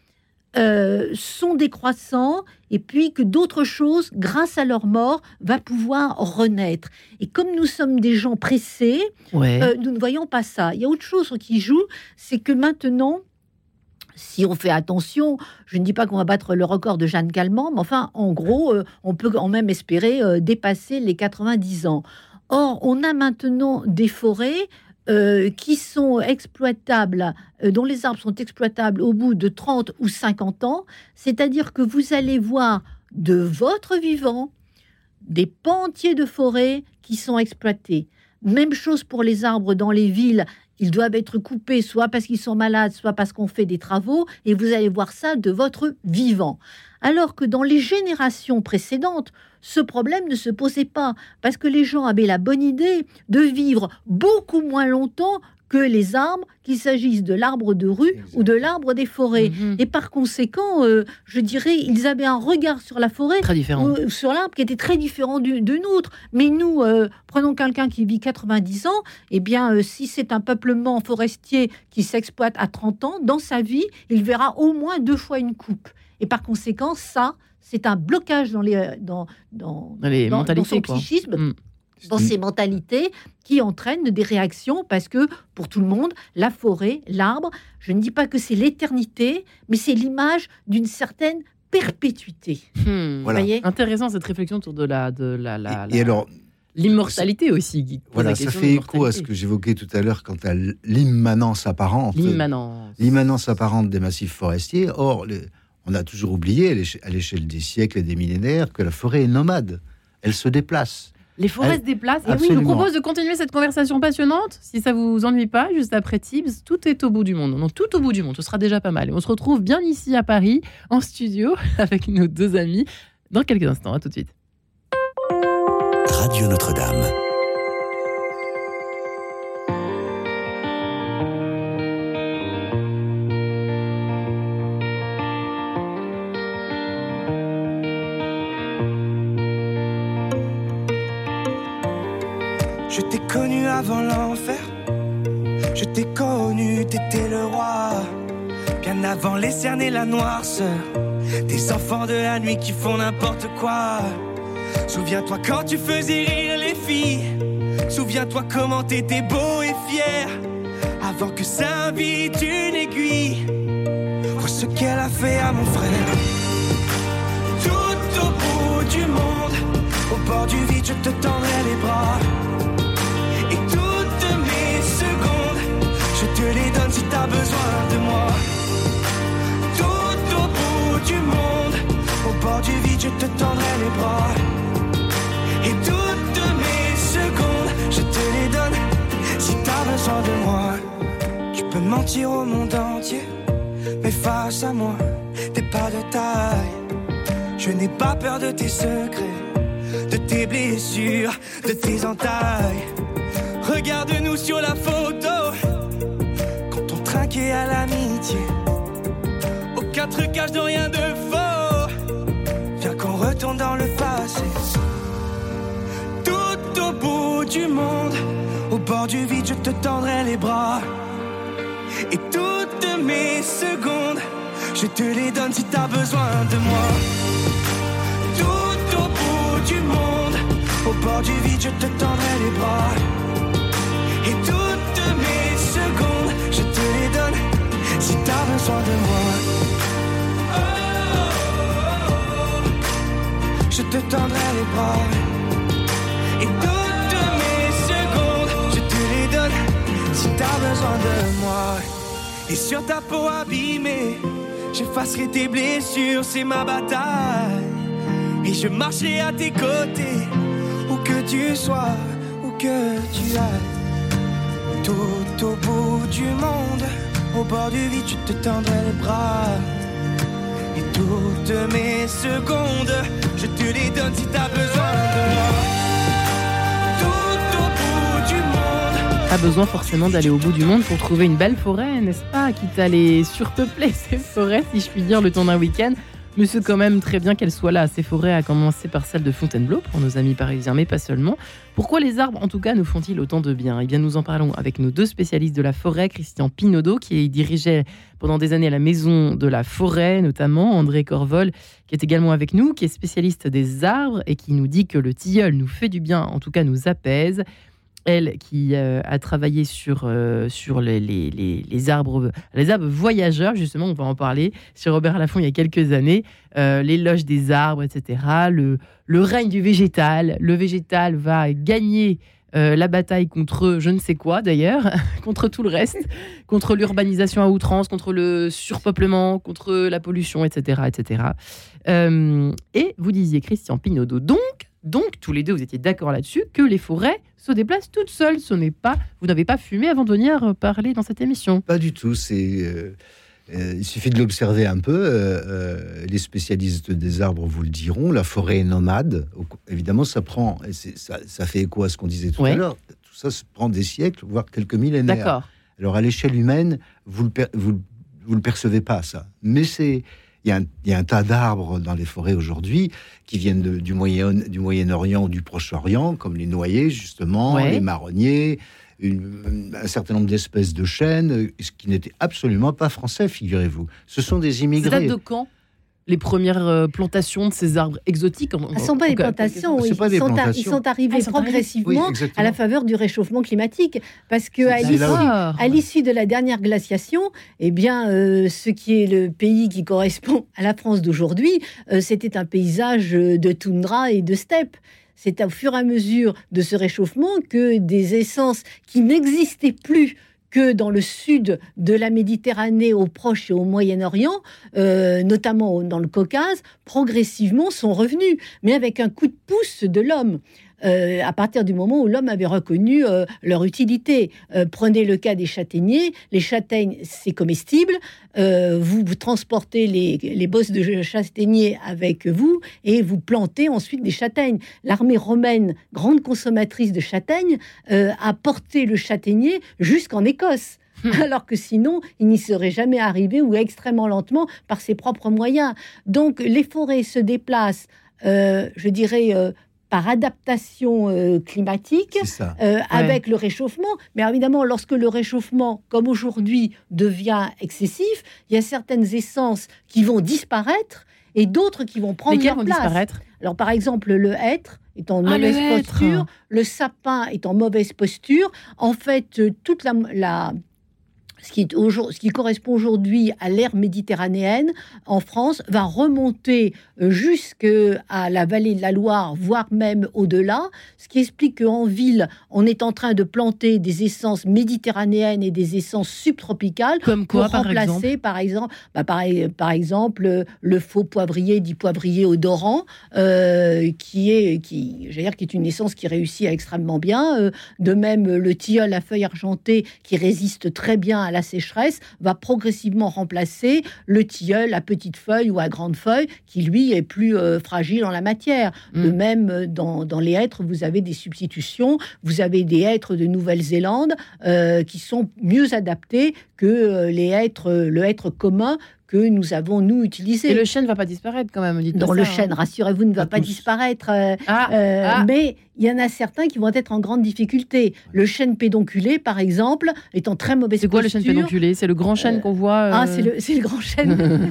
euh, sont décroissants, et puis que d'autres choses, grâce à leur mort, va pouvoir renaître. Et comme nous sommes des gens pressés, Ouais. euh, nous ne voyons pas ça. Il y a autre chose qui joue, c'est que maintenant, si on fait attention, je ne dis pas qu'on va battre le record de Jeanne Calment, mais enfin, en gros, euh, on peut quand même espérer euh, dépasser les quatre-vingt-dix ans. Or, on a maintenant des forêts euh, qui sont exploitables, euh, dont les arbres sont exploitables au bout de trente ou cinquante ans, c'est-à-dire que vous allez voir de votre vivant des pans entiers de forêts qui sont exploités. Même chose pour les arbres dans les villes. Ils doivent être coupés, soit parce qu'ils sont malades, soit parce qu'on fait des travaux, et vous allez voir ça de votre vivant. Alors que dans les générations précédentes, ce problème ne se posait pas, parce que les gens avaient la bonne idée de vivre beaucoup moins longtemps que les arbres, qu'il s'agisse de l'arbre de rue Exactement. ou de l'arbre des forêts. Mhm. Et par conséquent, euh, je dirais, ils avaient un regard sur la forêt Très différent. ou sur l'arbre qui était très différent du, de nôtre. Mais nous, euh, prenons quelqu'un qui vit quatre-vingt-dix ans, eh bien, euh, si c'est un peuplement forestier qui s'exploite à trente ans, dans sa vie, il verra au moins deux fois une coupe. Et par conséquent, ça, c'est un blocage dans, les, dans, dans, Dans les dans- dans mentalités, son quoi. psychisme, Mm. dans ces mentalités qui entraînent des réactions, parce que pour tout le monde, la forêt, l'arbre, je ne dis pas que c'est l'éternité, mais c'est l'image d'une certaine perpétuité. Hmm. Voilà. Vous voyez ? Intéressant cette réflexion autour de la de la, la- Et, et la- alors, l'immortalité aussi. Guy pose voilà, la ça question fait de écho à ce l'immortalité. que j'évoquais tout à l'heure quant à l'immanence apparente. L'immanence. L'immanence apparente des massifs forestiers. Or, le- on a toujours oublié, à l'éche- à l'échelle des siècles et des millénaires, que la forêt est nomade. Elle se déplace. Les forêts Elle- se déplacent. Et oui, je Absolument. vous propose de continuer cette conversation passionnante. Si ça vous ennuie pas, juste après Tibbs, tout est au bout du monde. Non, tout au bout du monde, ce sera déjà pas mal. Et on se retrouve bien ici à Paris, en studio, avec nos deux amis, dans quelques instants. À tout de suite. Radio Notre-Dame. Je t'ai connu avant l'enfer. Je t'ai connu, t'étais le roi. Bien avant les cernes et la noirceur. Des enfants de la nuit qui font n'importe quoi. Souviens-toi quand tu faisais rire les filles. Souviens-toi comment t'étais beau et fier. Avant que s'invite une aiguille. Vois ce qu'elle a fait à mon frère. Tout au bout du monde, au bord du vide, je te tendrai les bras. Et toutes mes secondes, je te les donne si t'as besoin de moi. Tout au bout du monde, au bord du vide, je te tendrai les bras. Et toutes mes secondes, je te les donne si t'as besoin de moi. Tu peux mentir au monde entier, mais face à moi, t'es pas de taille. Je n'ai pas peur de tes secrets, de tes blessures, de tes entailles. Regarde-nous sur la photo, quand on trinquait à l'amitié. Aucun trucage de rien de faux. Viens qu'on retourne dans le passé. Tout au bout du monde, au bord du vide, je te tendrai les bras. Et toutes mes secondes, je te les donne si t'as besoin de moi. Tout au bout du monde, au bord du vide, je te tendrai les bras. Et toutes mes secondes, je te les donne si t'as besoin de moi. Oh, oh, oh, oh. Je te tendrai les bras. Et toutes mes secondes, je te les donne si t'as besoin de moi. Et sur ta peau abîmée, j'effacerai tes blessures, c'est ma bataille. Et je marcherai à tes côtés, où que tu sois, où que tu ailles. Tout au bout du monde, au bord du vide, je te tendrai les bras. Et toutes mes secondes, je te les donne si t'as besoin de moi. Tout au bout du monde. Pas besoin forcément d'aller au bout du monde pour trouver une belle forêt, n'est-ce pas? Quitte à les surpeupler, ces forêts, si je puis dire, le temps d'un week-end. Mais c'est quand même très bien qu'elles soient là, ces forêts, à commencer par celle de Fontainebleau, pour nos amis parisiens, mais pas seulement. Pourquoi les arbres, en tout cas, nous font-ils autant de bien? Eh bien, nous en parlons avec nos deux spécialistes de la forêt, Christian Pinaudot, qui dirigeait pendant des années à la Maison de la Forêt, notamment, André Corvol, qui est également avec nous, qui est spécialiste des arbres et qui nous dit que le tilleul nous fait du bien, en tout cas nous apaise. Elle qui euh, a travaillé sur, euh, sur les, les, les, les, arbres, les arbres voyageurs, justement, on va en parler, chez Robert Laffont il y a quelques années, euh, l'éloge des arbres, et cetera, le, le règne du végétal. Le végétal va gagner euh, la bataille contre je ne sais quoi d'ailleurs, contre tout le reste, contre l'urbanisation à outrance, contre le surpeuplement, contre la pollution, et cetera, et cetera. Euh, et vous disiez, Christian Pinaudot, donc, donc, tous les deux, vous étiez d'accord là-dessus, que les forêts se déplacent toutes seules. Ce n'est pas, vous n'avez pas fumé avant de venir parler dans cette émission. Pas du tout. C'est, euh, euh, il suffit de l'observer un peu. Euh, euh, les spécialistes des arbres vous le diront. La forêt est nomade. Évidemment, ça prend, et c'est, ça, ça fait écho à ce qu'on disait tout ouais. à l'heure. Tout ça se prend des siècles, voire quelques millénaires. D'accord. Alors, à l'échelle humaine, vous le, per, vous, vous le percevez pas, ça. Mais c'est... Il y, a un, il y a un tas d'arbres dans les forêts aujourd'hui qui viennent de, du, Moyen, du Moyen-Orient ou du Proche-Orient, comme les noyers, justement, ouais. les marronniers, une, un certain nombre d'espèces de chênes, ce qui n'était absolument pas français, figurez-vous. Ce sont des immigrés. Ça date de quand ? Les premières euh, plantations de ces arbres exotiques. Ce ne sont pas des plantations, oui. Pas des ils, sont plantations. A, ils sont arrivés ah, ils sont progressivement oui, à la faveur du réchauffement climatique. Parce qu'à l'issue, à l'issue de la dernière glaciation, eh bien, euh, ce qui est le pays qui correspond à la France d'aujourd'hui, euh, c'était un paysage de toundra et de steppe. C'est au fur et à mesure de ce réchauffement que des essences qui n'existaient plus que dans le sud de la Méditerranée, au Proche et au Moyen-Orient, euh, notamment dans le Caucase, progressivement sont revenus, mais avec un coup de pouce de l'homme. euh, à partir du moment où l'homme avait reconnu euh, leur utilité. Euh, prenez le cas des châtaigniers. Les châtaignes, c'est comestible. Euh, vous, vous transportez les, les bosses de châtaigniers avec vous et vous plantez ensuite des châtaignes. L'armée romaine, grande consommatrice de châtaignes, euh, a porté le châtaignier jusqu'en Écosse. Alors que sinon, il n'y serait jamais arrivé ou extrêmement lentement par ses propres moyens. Donc, les forêts se déplacent, euh, je dirais, euh, par adaptation euh, climatique, euh, ouais. avec le réchauffement. Mais évidemment, lorsque le réchauffement, comme aujourd'hui, devient excessif, il y a certaines essences qui vont disparaître et d'autres qui vont prendre Lesquelles leur vont place. Disparaître Alors, par exemple, le hêtre est en ah, mauvaise le posture, le sapin est en mauvaise posture. En fait, toute la... la Ce qui, est ce qui correspond aujourd'hui à l'ère méditerranéenne en France va remonter jusqu'à la vallée de la Loire, voire même au-delà, ce qui explique qu'en ville, on est en train de planter des essences méditerranéennes et des essences subtropicales. Comme quoi, pour par remplacer, exemple par exemple, bah, par, par exemple, le faux poivrier, dit poivrier odorant, euh, qui, est, qui, je veux dire, qui est une essence qui réussit extrêmement bien. Euh, de même, le tilleul à feuilles argentées, qui résiste très bien à la sécheresse, va progressivement remplacer le tilleul à petites feuilles ou à grandes feuilles, qui lui est plus euh, fragile en la matière. Mmh. De même, dans, dans les hêtres, vous avez des substitutions. Vous avez des hêtres de Nouvelle-Zélande euh, qui sont mieux adaptés que euh, les hêtres, le hêtre commun que nous avons, nous, utilisé. Et le chêne ne va pas disparaître quand même, dites-moi Non, ça, le hein. chêne, rassurez-vous, ne va pas, pas disparaître. Euh, ah, euh, ah. Mais il y en a certains qui vont être en grande difficulté. Le chêne pédonculé, par exemple, est en très mauvaise posture. C'est quoi le chêne pédonculé? C'est le grand chêne euh... qu'on voit euh... Ah, c'est le, c'est le grand chêne.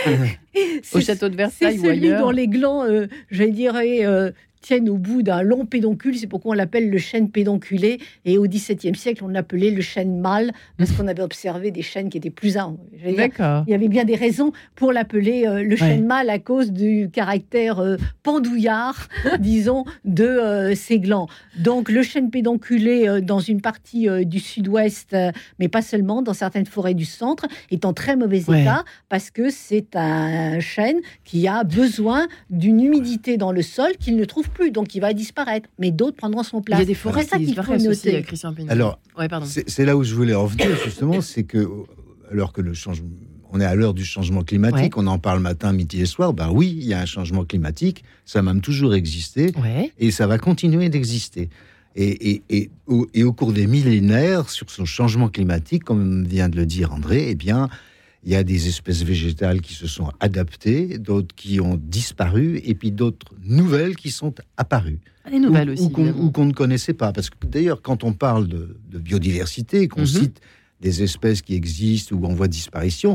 Au château de Versailles ou ailleurs. C'est celui dont les glands, euh, je dirais... Euh, tiennent au bout d'un long pédoncule, c'est pourquoi on l'appelle le chêne pédonculé, et au XVIIe siècle, on l'appelait le chêne mâle, parce qu'on avait observé des chênes qui étaient plus ans. D'accord. Il y avait bien des raisons pour l'appeler euh, le chêne ouais. mâle à cause du caractère euh, pendouillard, disons, de euh, ses glands. Donc le chêne pédonculé euh, dans une partie euh, du sud-ouest, euh, mais pas seulement, dans certaines forêts du centre, est en très mauvais ouais. état, parce que c'est un chêne qui a besoin d'une humidité dans le sol qu'il ne trouve plus, donc il va disparaître, mais d'autres prendront son place. Il y a des forêts ça qui qu'il faut noter. Aussi, Christian Pignon. Alors, ouais, pardon. C'est, c'est là où je voulais en venir justement, c'est que alors que le changement, on est à l'heure du changement climatique, ouais. on en parle matin, midi et soir. Ben oui, il y a un changement climatique, ça a même toujours existé, ouais. et ça va continuer d'exister. Et, et, et, au, et au cours des millénaires, sur ce changement climatique, comme vient de le dire André, eh bien il y a des espèces végétales qui se sont adaptées, d'autres qui ont disparu, et puis d'autres nouvelles qui sont apparues. Les nouvelles ou, aussi. Ou qu'on, ou qu'on ne connaissait pas. Parce que d'ailleurs, quand on parle de, de biodiversité, qu'on mm-hmm. cite des espèces qui existent ou en voie de disparition,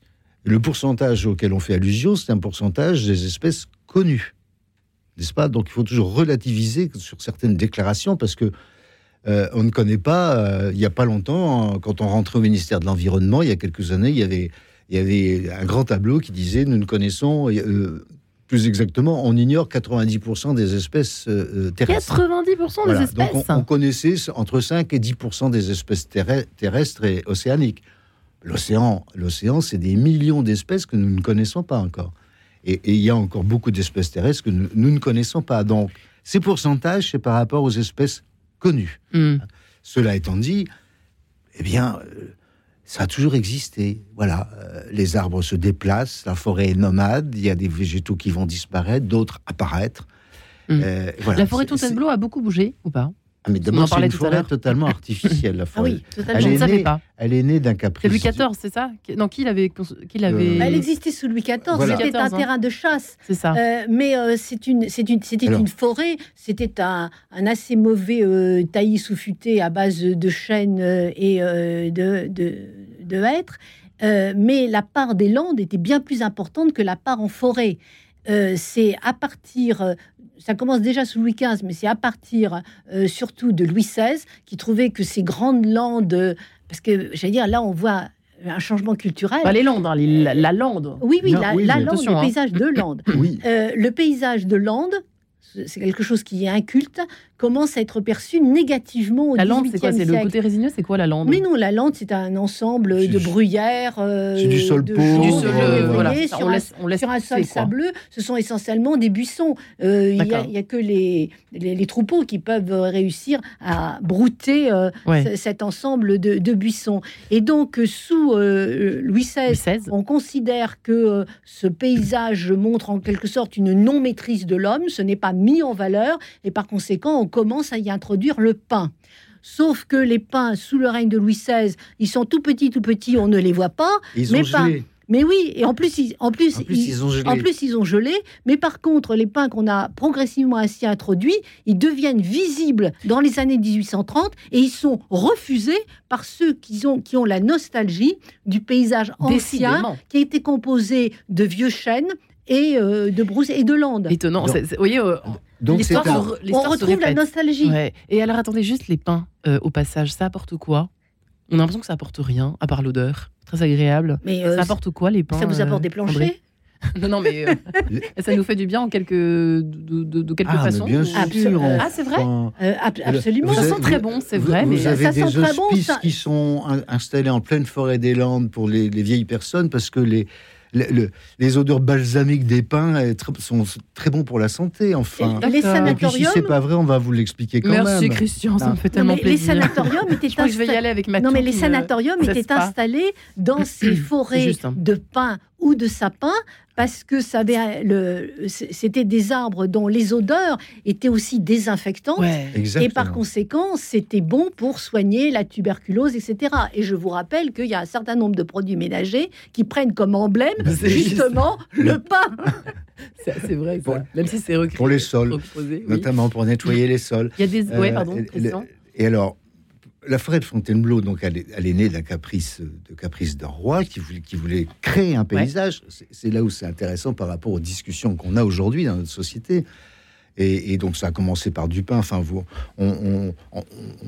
le pourcentage auquel on fait allusion, c'est un pourcentage des espèces connues. N'est-ce pas ? Donc il faut toujours relativiser sur certaines déclarations, parce que Euh, on ne connaît pas, euh, il n'y a pas longtemps, quand on rentrait au ministère de l'Environnement, il y a quelques années, il y avait, il y avait un grand tableau qui disait « Nous ne connaissons, euh, plus exactement, on ignore quatre-vingt-dix pour cent des espèces euh, terrestres. » quatre-vingt-dix pour cent voilà. des espèces. Donc on, on connaissait entre cinq et dix pour cent des espèces terre- terrestres et océaniques. L'océan, l'océan, c'est des millions d'espèces que nous ne connaissons pas encore. Et, et il y a encore beaucoup d'espèces terrestres que nous, nous ne connaissons pas. Donc ces pourcentages, c'est par rapport aux espèces connu. Mm. Cela étant dit, eh bien, euh, ça a toujours existé. Voilà, euh, les arbres se déplacent, la forêt est nomade, il y a des végétaux qui vont disparaître, d'autres apparaître. Mm. Euh, voilà, la forêt de Fontainebleau a beaucoup bougé, ou pas? Ah, mais d'abord, c'est une forêt totalement artificielle, la forêt. Ah oui, totalement. Elle Je ne est savais née, pas. Elle est née d'un caprice. C'est Louis quatorze, c'est ça? Non, qui l'avait... Qui l'avait... Euh... Elle existait sous Louis quatorze, voilà. C'était un terrain de chasse. C'est ça. Euh, mais euh, c'est une, c'est une, c'était Alors... une forêt, c'était un, un assez mauvais euh, taillis sous-futé à base de chênes et euh, de, de, de hêtres. Euh, mais la part des landes était bien plus importante que la part en forêt. Euh, c'est à partir... Ça commence déjà sous Louis quinze, mais c'est à partir euh, surtout de Louis seize qui trouvait que ces grandes landes, parce que j'allais dire là on voit un changement culturel. Pas les landes, hein, les, la, la lande. Oui, oui, non, la, oui, la lande, le hein. paysage de lande. Oui. Euh, le paysage de lande, c'est quelque chose qui est inculte, commence à être perçue négativement au La lande, dix-huitième c'est quoi? C'est siècle. le côté résineux, c'est quoi la lande? Mais non, la lande, c'est un ensemble C'est- de bruyères, euh, c'est du sol de pauvre, joncs, Du sol, de euh, greniers, voilà. sur, On un, laisse, on laisse sur un sol pousser, quoi. sableux. Ce sont essentiellement des buissons. Euh, Il n'y a, D'accord. il y a que les, les, les troupeaux qui peuvent réussir à brouter euh, Ouais. c- cet ensemble de, de buissons. Et donc, euh, sous euh, Louis seize, Louis seize. on considère que euh, ce paysage montre en quelque sorte une non-maîtrise de l'homme, ce n'est pas mis en valeur, et par conséquent, on commence à y introduire le pain. Sauf que les pins, sous le règne de Louis seize, ils sont tout petits, tout petits, on ne les voit pas. Ils mais ont pas. gelé. Mais oui, et en plus, ils, en plus, En plus, ils ont gelé. en plus, ils ont gelé. Mais par contre, les pins qu'on a progressivement ainsi introduits, ils deviennent visibles dans les années dix-huit cent trente et ils sont refusés par ceux qui ont, qui ont la nostalgie du paysage ancien Décidément. qui a été composé de vieux chênes et euh, de brousses et de landes. Étonnant. Donc- C'est- c'est- vous voyez, euh, Donc c'est l'histoire un- se, On l'histoire se retrouve la répète. nostalgie. Ouais. Et alors, attendez, juste les pins, euh, au passage, ça apporte quoi? On a l'impression que ça apporte rien, à part l'odeur. Très agréable. Mais euh, Ça apporte quoi, les pins? ça vous apporte euh, des planchers André Non, non, mais euh, ça nous fait du bien en quelque, de, de, de quelque Ah, mais façon. bien ou- sûr. Absolument. Ah, c'est vrai enfin, Euh, ab- Absolument. Vous Ça avez- sent très bon, c'est vous- vrai, Vous mais avez ça des sent très bon, hospices ça- qui sont in- installés en pleine forêt des Landes pour les, les vieilles personnes parce que les, les, le- les odeurs balsamiques des pins est tr- sont très bons pour la santé. Enfin, Et les D'accord. et puis si sanatoriums, c'est pas vrai, on va vous l'expliquer quand Merci même. Christian, ça Ah. me fait non, tellement mais les plaisir. sanatoriums étaient Je crois que je vais y insta- aller avec ma Non, mais toux les qui me- sanatoriums ça se étaient passe. installés dans ces forêts juste, hein. de pins ou de sapins parce que ça avait le, c'était des arbres dont les odeurs étaient aussi désinfectantes. Ouais. Exactement. Et par conséquent, c'était bon pour soigner la tuberculose, et cetera. Et je vous rappelle qu'il y a un certain nombre de produits ménagers qui prennent comme emblème C'est justement le pain. C'est c'est vrai, ça. Pour- Même si c'est recréé. pour les sols, reposé, oui. notamment pour nettoyer les sols. Il y a des. Euh, ouais, pardon, et- Christian. Et alors, la forêt de Fontainebleau, donc, elle est, elle est née d'un caprice, de caprice d'un roi qui voulait, qui voulait créer un paysage. C'est, c'est là où c'est intéressant par rapport aux discussions qu'on a aujourd'hui dans notre société. Et, et donc, ça a commencé par du pain. Enfin, vous, on, on, on,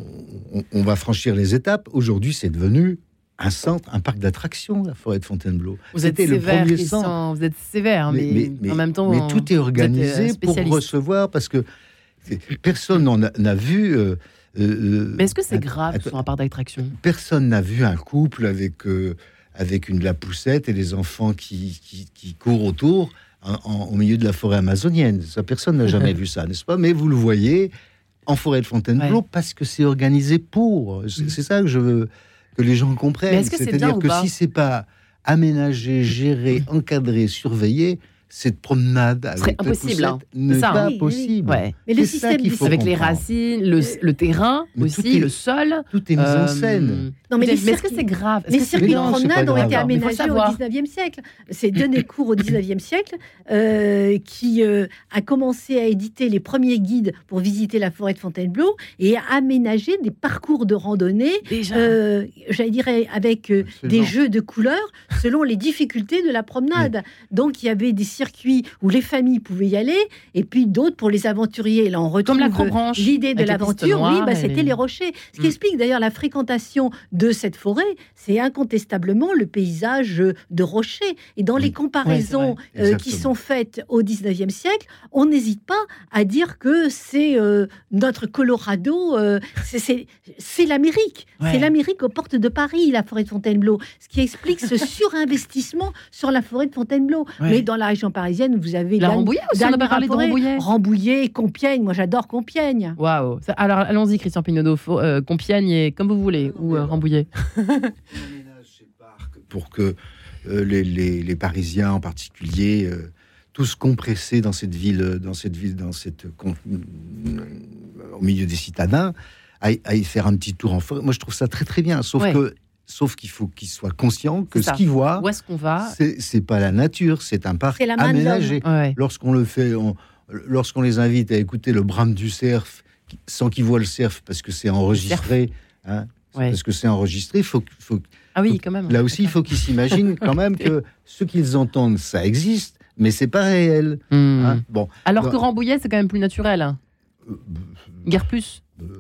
on- on va franchir les étapes. Aujourd'hui, c'est devenu un centre, un parc d'attractions, la forêt de Fontainebleau. Vous êtes C'était le sévère, premier Christian. centre. Vous êtes sévère, mais, en même temps. mais on- tout est organisé vous êtes, euh, pour spécialiste. recevoir, parce que c'est- personne n'en a, n'a vu. euh, euh, Mais est-ce que c'est un- grave un- sur un parc d'attractions? Personne n'a vu un couple avec, euh, avec une la poussette et les enfants qui, qui, qui courent autour en- en- au milieu de la forêt amazonienne. Ça, personne n'a jamais vu ça, n'est-ce pas? Mais vous le voyez en forêt de Fontainebleau Ouais. parce que c'est organisé pour. C'est, c'est ça que je veux que les gens comprennent. Mais est-ce que c'est bien C'est-à-dire ou que pas si c'est pas aménagé, géré, encadré, surveillé, cette promenade avec serait la impossible, hein. poussette n'est C'est ça, pas hein. Oui, oui. possible. Ouais. Mais le C'est ça système qu'il faut Avec les comprendre. racines, le, le terrain Mais tout aussi, est- le sol. Tout est mis en euh, scène. Non, mais tout les est- est-ce que circuits- c'est grave? Est-ce Les que c'est circuits de non, c'est promenade pas ont grave. été Mais faut aménagés au savoir. dix-neuvième siècle. C'est donné cours au dix-neuvième siècle, euh, qui euh, a commencé à éditer les premiers guides pour visiter la forêt de Fontainebleau et a aménagé des parcours de randonnée, Déjà. euh, j'allais dire avec euh, Absolument. des jeux de couleurs selon les difficultés de la promenade. Donc il y avait des circuits où les familles pouvaient y aller, et puis d'autres pour les aventuriers. Là, on retrouve Comme l'acrobranche, l'idée de avec les pistes l'aventure. Oui, noires bah, et c'était les- les rochers. Ce qui Mm. explique d'ailleurs la fréquentation de cette forêt, c'est incontestablement le paysage de rochers. Et dans Oui. les comparaisons Ouais, c'est euh, vrai. qui Exactement. sont faites au dix-neuvième siècle, on n'hésite pas à dire que c'est euh, notre Colorado, euh, c'est- c'est c'est l'Amérique. Ouais. C'est l'Amérique aux portes de Paris, la forêt de Fontainebleau. Ce qui explique ce surinvestissement sur la forêt de Fontainebleau. Ouais. Mais dans la région parisienne, vous avez La Dan- Rambouillet aussi, on n'a pas parlé de Forêt, Rambouillet. Rambouillet, Compiègne. Moi, j'adore Compiègne. Waouh. Ça- Alors, allons-y, Christian Pinaudot. Faut, euh, Compiègne, et comme vous voulez, ou euh, Rambouillet. On aménage ces parcs pour que euh, les, les- les Parisiens en particulier, euh, tous compressés dans cette ville, dans cette ville, dans cette con- euh, au milieu des citadins, aillent, aillent faire un petit tour en forêt. Moi, je trouve ça très très bien. Sauf Ouais. que, sauf qu'il faut qu'ils soient conscients que C'est ça. ce qu'ils voient, Où est-ce qu'on va? c'est, c'est pas la nature, c'est un parc C'est la main de aménagé. Ouais. Lorsqu'on le fait, on- lorsqu'on les invite à écouter le brame du cerf, qui- sans qu'ils voient le cerf parce que c'est enregistré, hein, Ouais. parce que c'est enregistré, il faut, faut Ah oui, faut- quand même. Là aussi, il faut qu'ils s'imaginent quand même que ce qu'ils entendent, ça existe, mais c'est pas réel. Hmm. hein. Bon, Alors Bon. que Rambouillet, c'est quand même plus naturel. hein. euh, Guère plus. euh,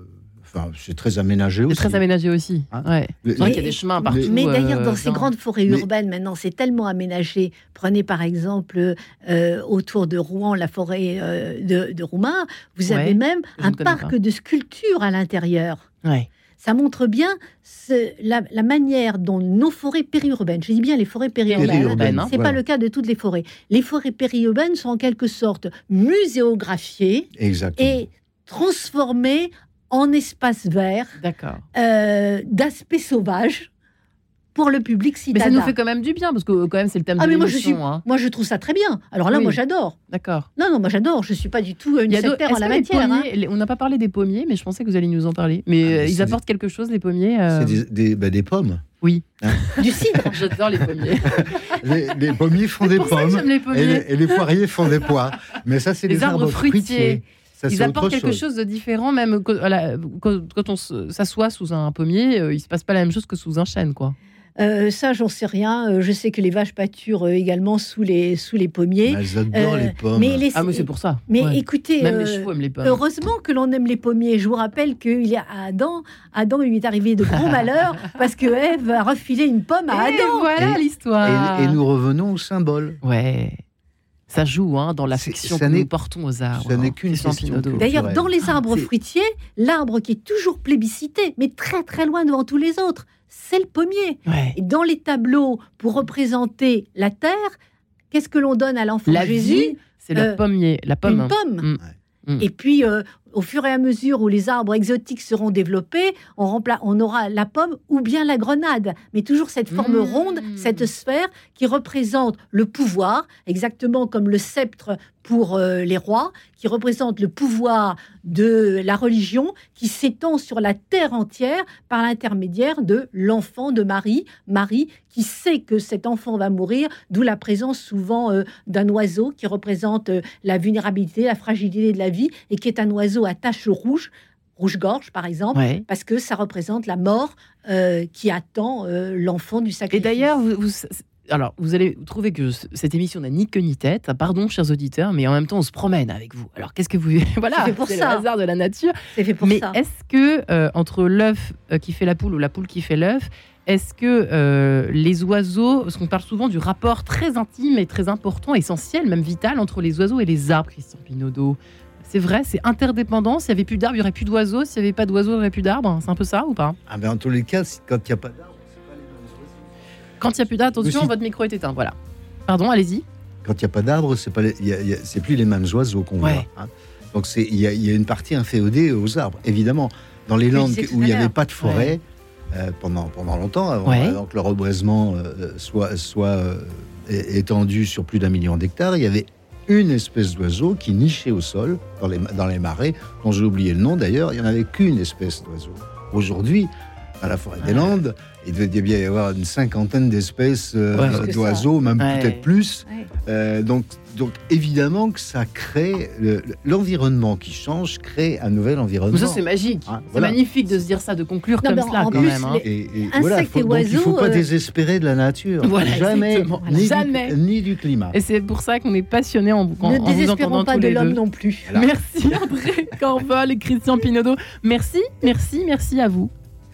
enfin, c'est très aménagé aussi. C'est très aménagé aussi. Hein ouais. Mais- C'est vrai Mais- qu'il y a des chemins partout. Mais d'ailleurs, dans euh, ces bien. grandes forêts Mais- urbaines, maintenant, c'est tellement aménagé. Prenez par exemple euh, autour de Rouen, la forêt euh, de, de Roumain, vous Ouais, avez même je ne un connais parc pas. de sculptures à l'intérieur. Ouais. Ça montre bien ce- la, la manière dont nos forêts périurbaines, je dis bien les forêts périurbaines, Périurbaines, hein, c'est voilà. pas le cas de toutes les forêts. Les forêts périurbaines sont en quelque sorte muséographiées Exactement. et transformées en espaces verts D'accord. euh, d'aspect sauvage pour le public Mais citadin. ça nous fait quand même du bien, parce que quand même, c'est le thème Ah de mais moi je l'émission. suis, hein. moi je trouve ça très bien. Alors là, Oui. moi j'adore. D'accord. Non non, moi j'adore. Je suis pas du tout une Il y a d'autres- sectaire en est-ce la que les matière. hein. pommiers- les- On n'a pas parlé des pommiers, mais je pensais que vous alliez nous en parler. Mais Ah, mais euh, ils c'est apportent quelque chose, les pommiers euh, C'est des, des, bah, des pommes. Oui. Du cidre. J'adore les pommiers. Les, les pommiers font C'est des pour ça que pommes j'aime les et pommiers. les, et les poiriers font des poires. Mais ça, c'est Les des arbres arbres fruitiers. fruitiers. Ça, Ils c'est apportent autre quelque chose de différent, même quand, voilà, quand- quand on se- s'assoit sous un pommier, euh, il se passe pas la même chose que sous un chêne, quoi. Euh, ça, j'en sais rien. Euh, Je sais que les vaches pâturent euh, également sous les sous les pommiers. Mais elles adorent Euh, les pommes. Mais, les- Ah, mais c'est pour ça. mais Ouais. écoutez, Même euh, les chevaux aiment les pommes. heureusement que l'on aime les pommiers. Je vous rappelle qu'il y a Adam, Adam lui est arrivé de gros malheurs parce que Ève a refilé une pomme à Et Adam. voilà Et- l'histoire. Et, et nous revenons au symbole. Ouais. Ça joue hein, dans l'affection ça que n'est- nous portons aux arbres. ça n'est hein. qu'une Christian question Pinaudot. que- D'ailleurs, culturel. dans les arbres c'est- fruitiers, l'arbre qui est toujours plébiscité, mais très très loin devant tous les autres, c'est le pommier. Ouais. Et dans les tableaux, pour représenter la terre, qu'est-ce que l'on donne à l'enfant La Jésus vie, c'est le euh, pommier, la pomme. Une pomme. Mm. Mm. Et puis, euh, au fur et à mesure où les arbres exotiques seront développés, on, rempla- on aura la pomme ou bien la grenade. Mais toujours cette forme Mmh. ronde, cette sphère qui représente le pouvoir, exactement comme le sceptre pour euh, les rois, qui représente le pouvoir de la religion, qui s'étend sur la terre entière par l'intermédiaire de l'enfant de Marie. Marie qui sait que cet enfant va mourir, d'où la présence souvent euh, d'un oiseau qui représente euh, la vulnérabilité, la fragilité de la vie, et qui est un oiseau à taches rouges, rouge-gorge par exemple, Ouais. parce que ça représente la mort euh, qui attend euh, l'enfant du Et sacrifice. d'ailleurs, vous, vous- alors, vous allez trouver que c- cette émission n'a ni queue ni tête. Pardon, chers auditeurs, mais en même temps, on se promène avec vous. Alors, qu'est-ce que vous... Voilà, C'est fait pour c'est ça. le hasard de la nature. c'est fait pour Mais ça. est-ce que, euh, entre l'œuf euh, qui fait la poule ou la poule qui fait l'œuf, est-ce que euh, les oiseaux, parce qu'on parle souvent du rapport très intime et très important, essentiel, même vital, entre les oiseaux et les arbres, Christian Pinaudot, c'est vrai, c'est interdépendant. S'il n'y avait plus d'arbres, il n'y aurait plus d'oiseaux. S'il n'y avait pas d'oiseaux, il n'y aurait plus d'arbres. C'est un peu ça ou pas? Ah ben, en tous les cas, si- quand il n'y a pas d'arbres, c'est pas les mêmes oiseaux. Quand il n'y a plus d'arbres, attention, Aussi. votre micro est éteint. Voilà. Pardon, allez-y. Quand il n'y a pas d'arbres, c'est pas les- il y a- il y a- c'est plus les mêmes oiseaux qu'on Ouais. voit. hein. Donc c'est- il y, a- il y a une partie inféodée aux arbres. Évidemment, dans les Oui, landes c'est tout où à il n'y avait l'heure. pas de forêt euh, pendant, pendant longtemps, avant, Ouais. avant que le reboisement euh, soit, soit euh, é- étendu sur plus d'un million d'hectares, il y avait une espèce d'oiseau qui nichait au sol, dans les, dans les marais, dont j'ai oublié le nom d'ailleurs, il n'y en avait qu'une espèce d'oiseau. Aujourd'hui, dans la forêt des Landes, il devait bien y avoir une cinquantaine d'espèces euh, Ouais. Plus que d'oiseaux, même Ouais. peut-être plus. Ouais. Euh, donc, donc évidemment que ça crée le- l'environnement qui change, crée un nouvel environnement. Mais ça, c'est magique. Ah, c'est voilà. magnifique de se dire ça, de conclure Non, comme mais cela en quand plus, même. hein. les- Et, et Insectes voilà, et faut- donc il ne faut oiseaux, pas euh, désespérer de la nature. Voilà, jamais, exactement. ni, Jamais. Du, ni du climat. Et c'est pour ça qu'on est passionné en, en, en Ne vous désespérons entendant pas tous de les l'homme deux. non plus. Voilà. Merci André Corvol et Christian Pinaudot. Merci, merci, merci à vous.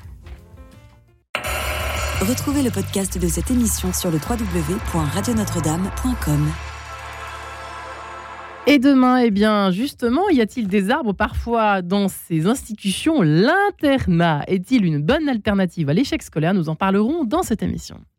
Retrouvez le podcast de cette émission sur le w w w point radio notre dame point com. Et demain, eh bien, justement, y a-t-il des arbres parfois dans ces institutions? L'internat est-il une bonne alternative à l'échec scolaire? Nous en parlerons dans cette émission.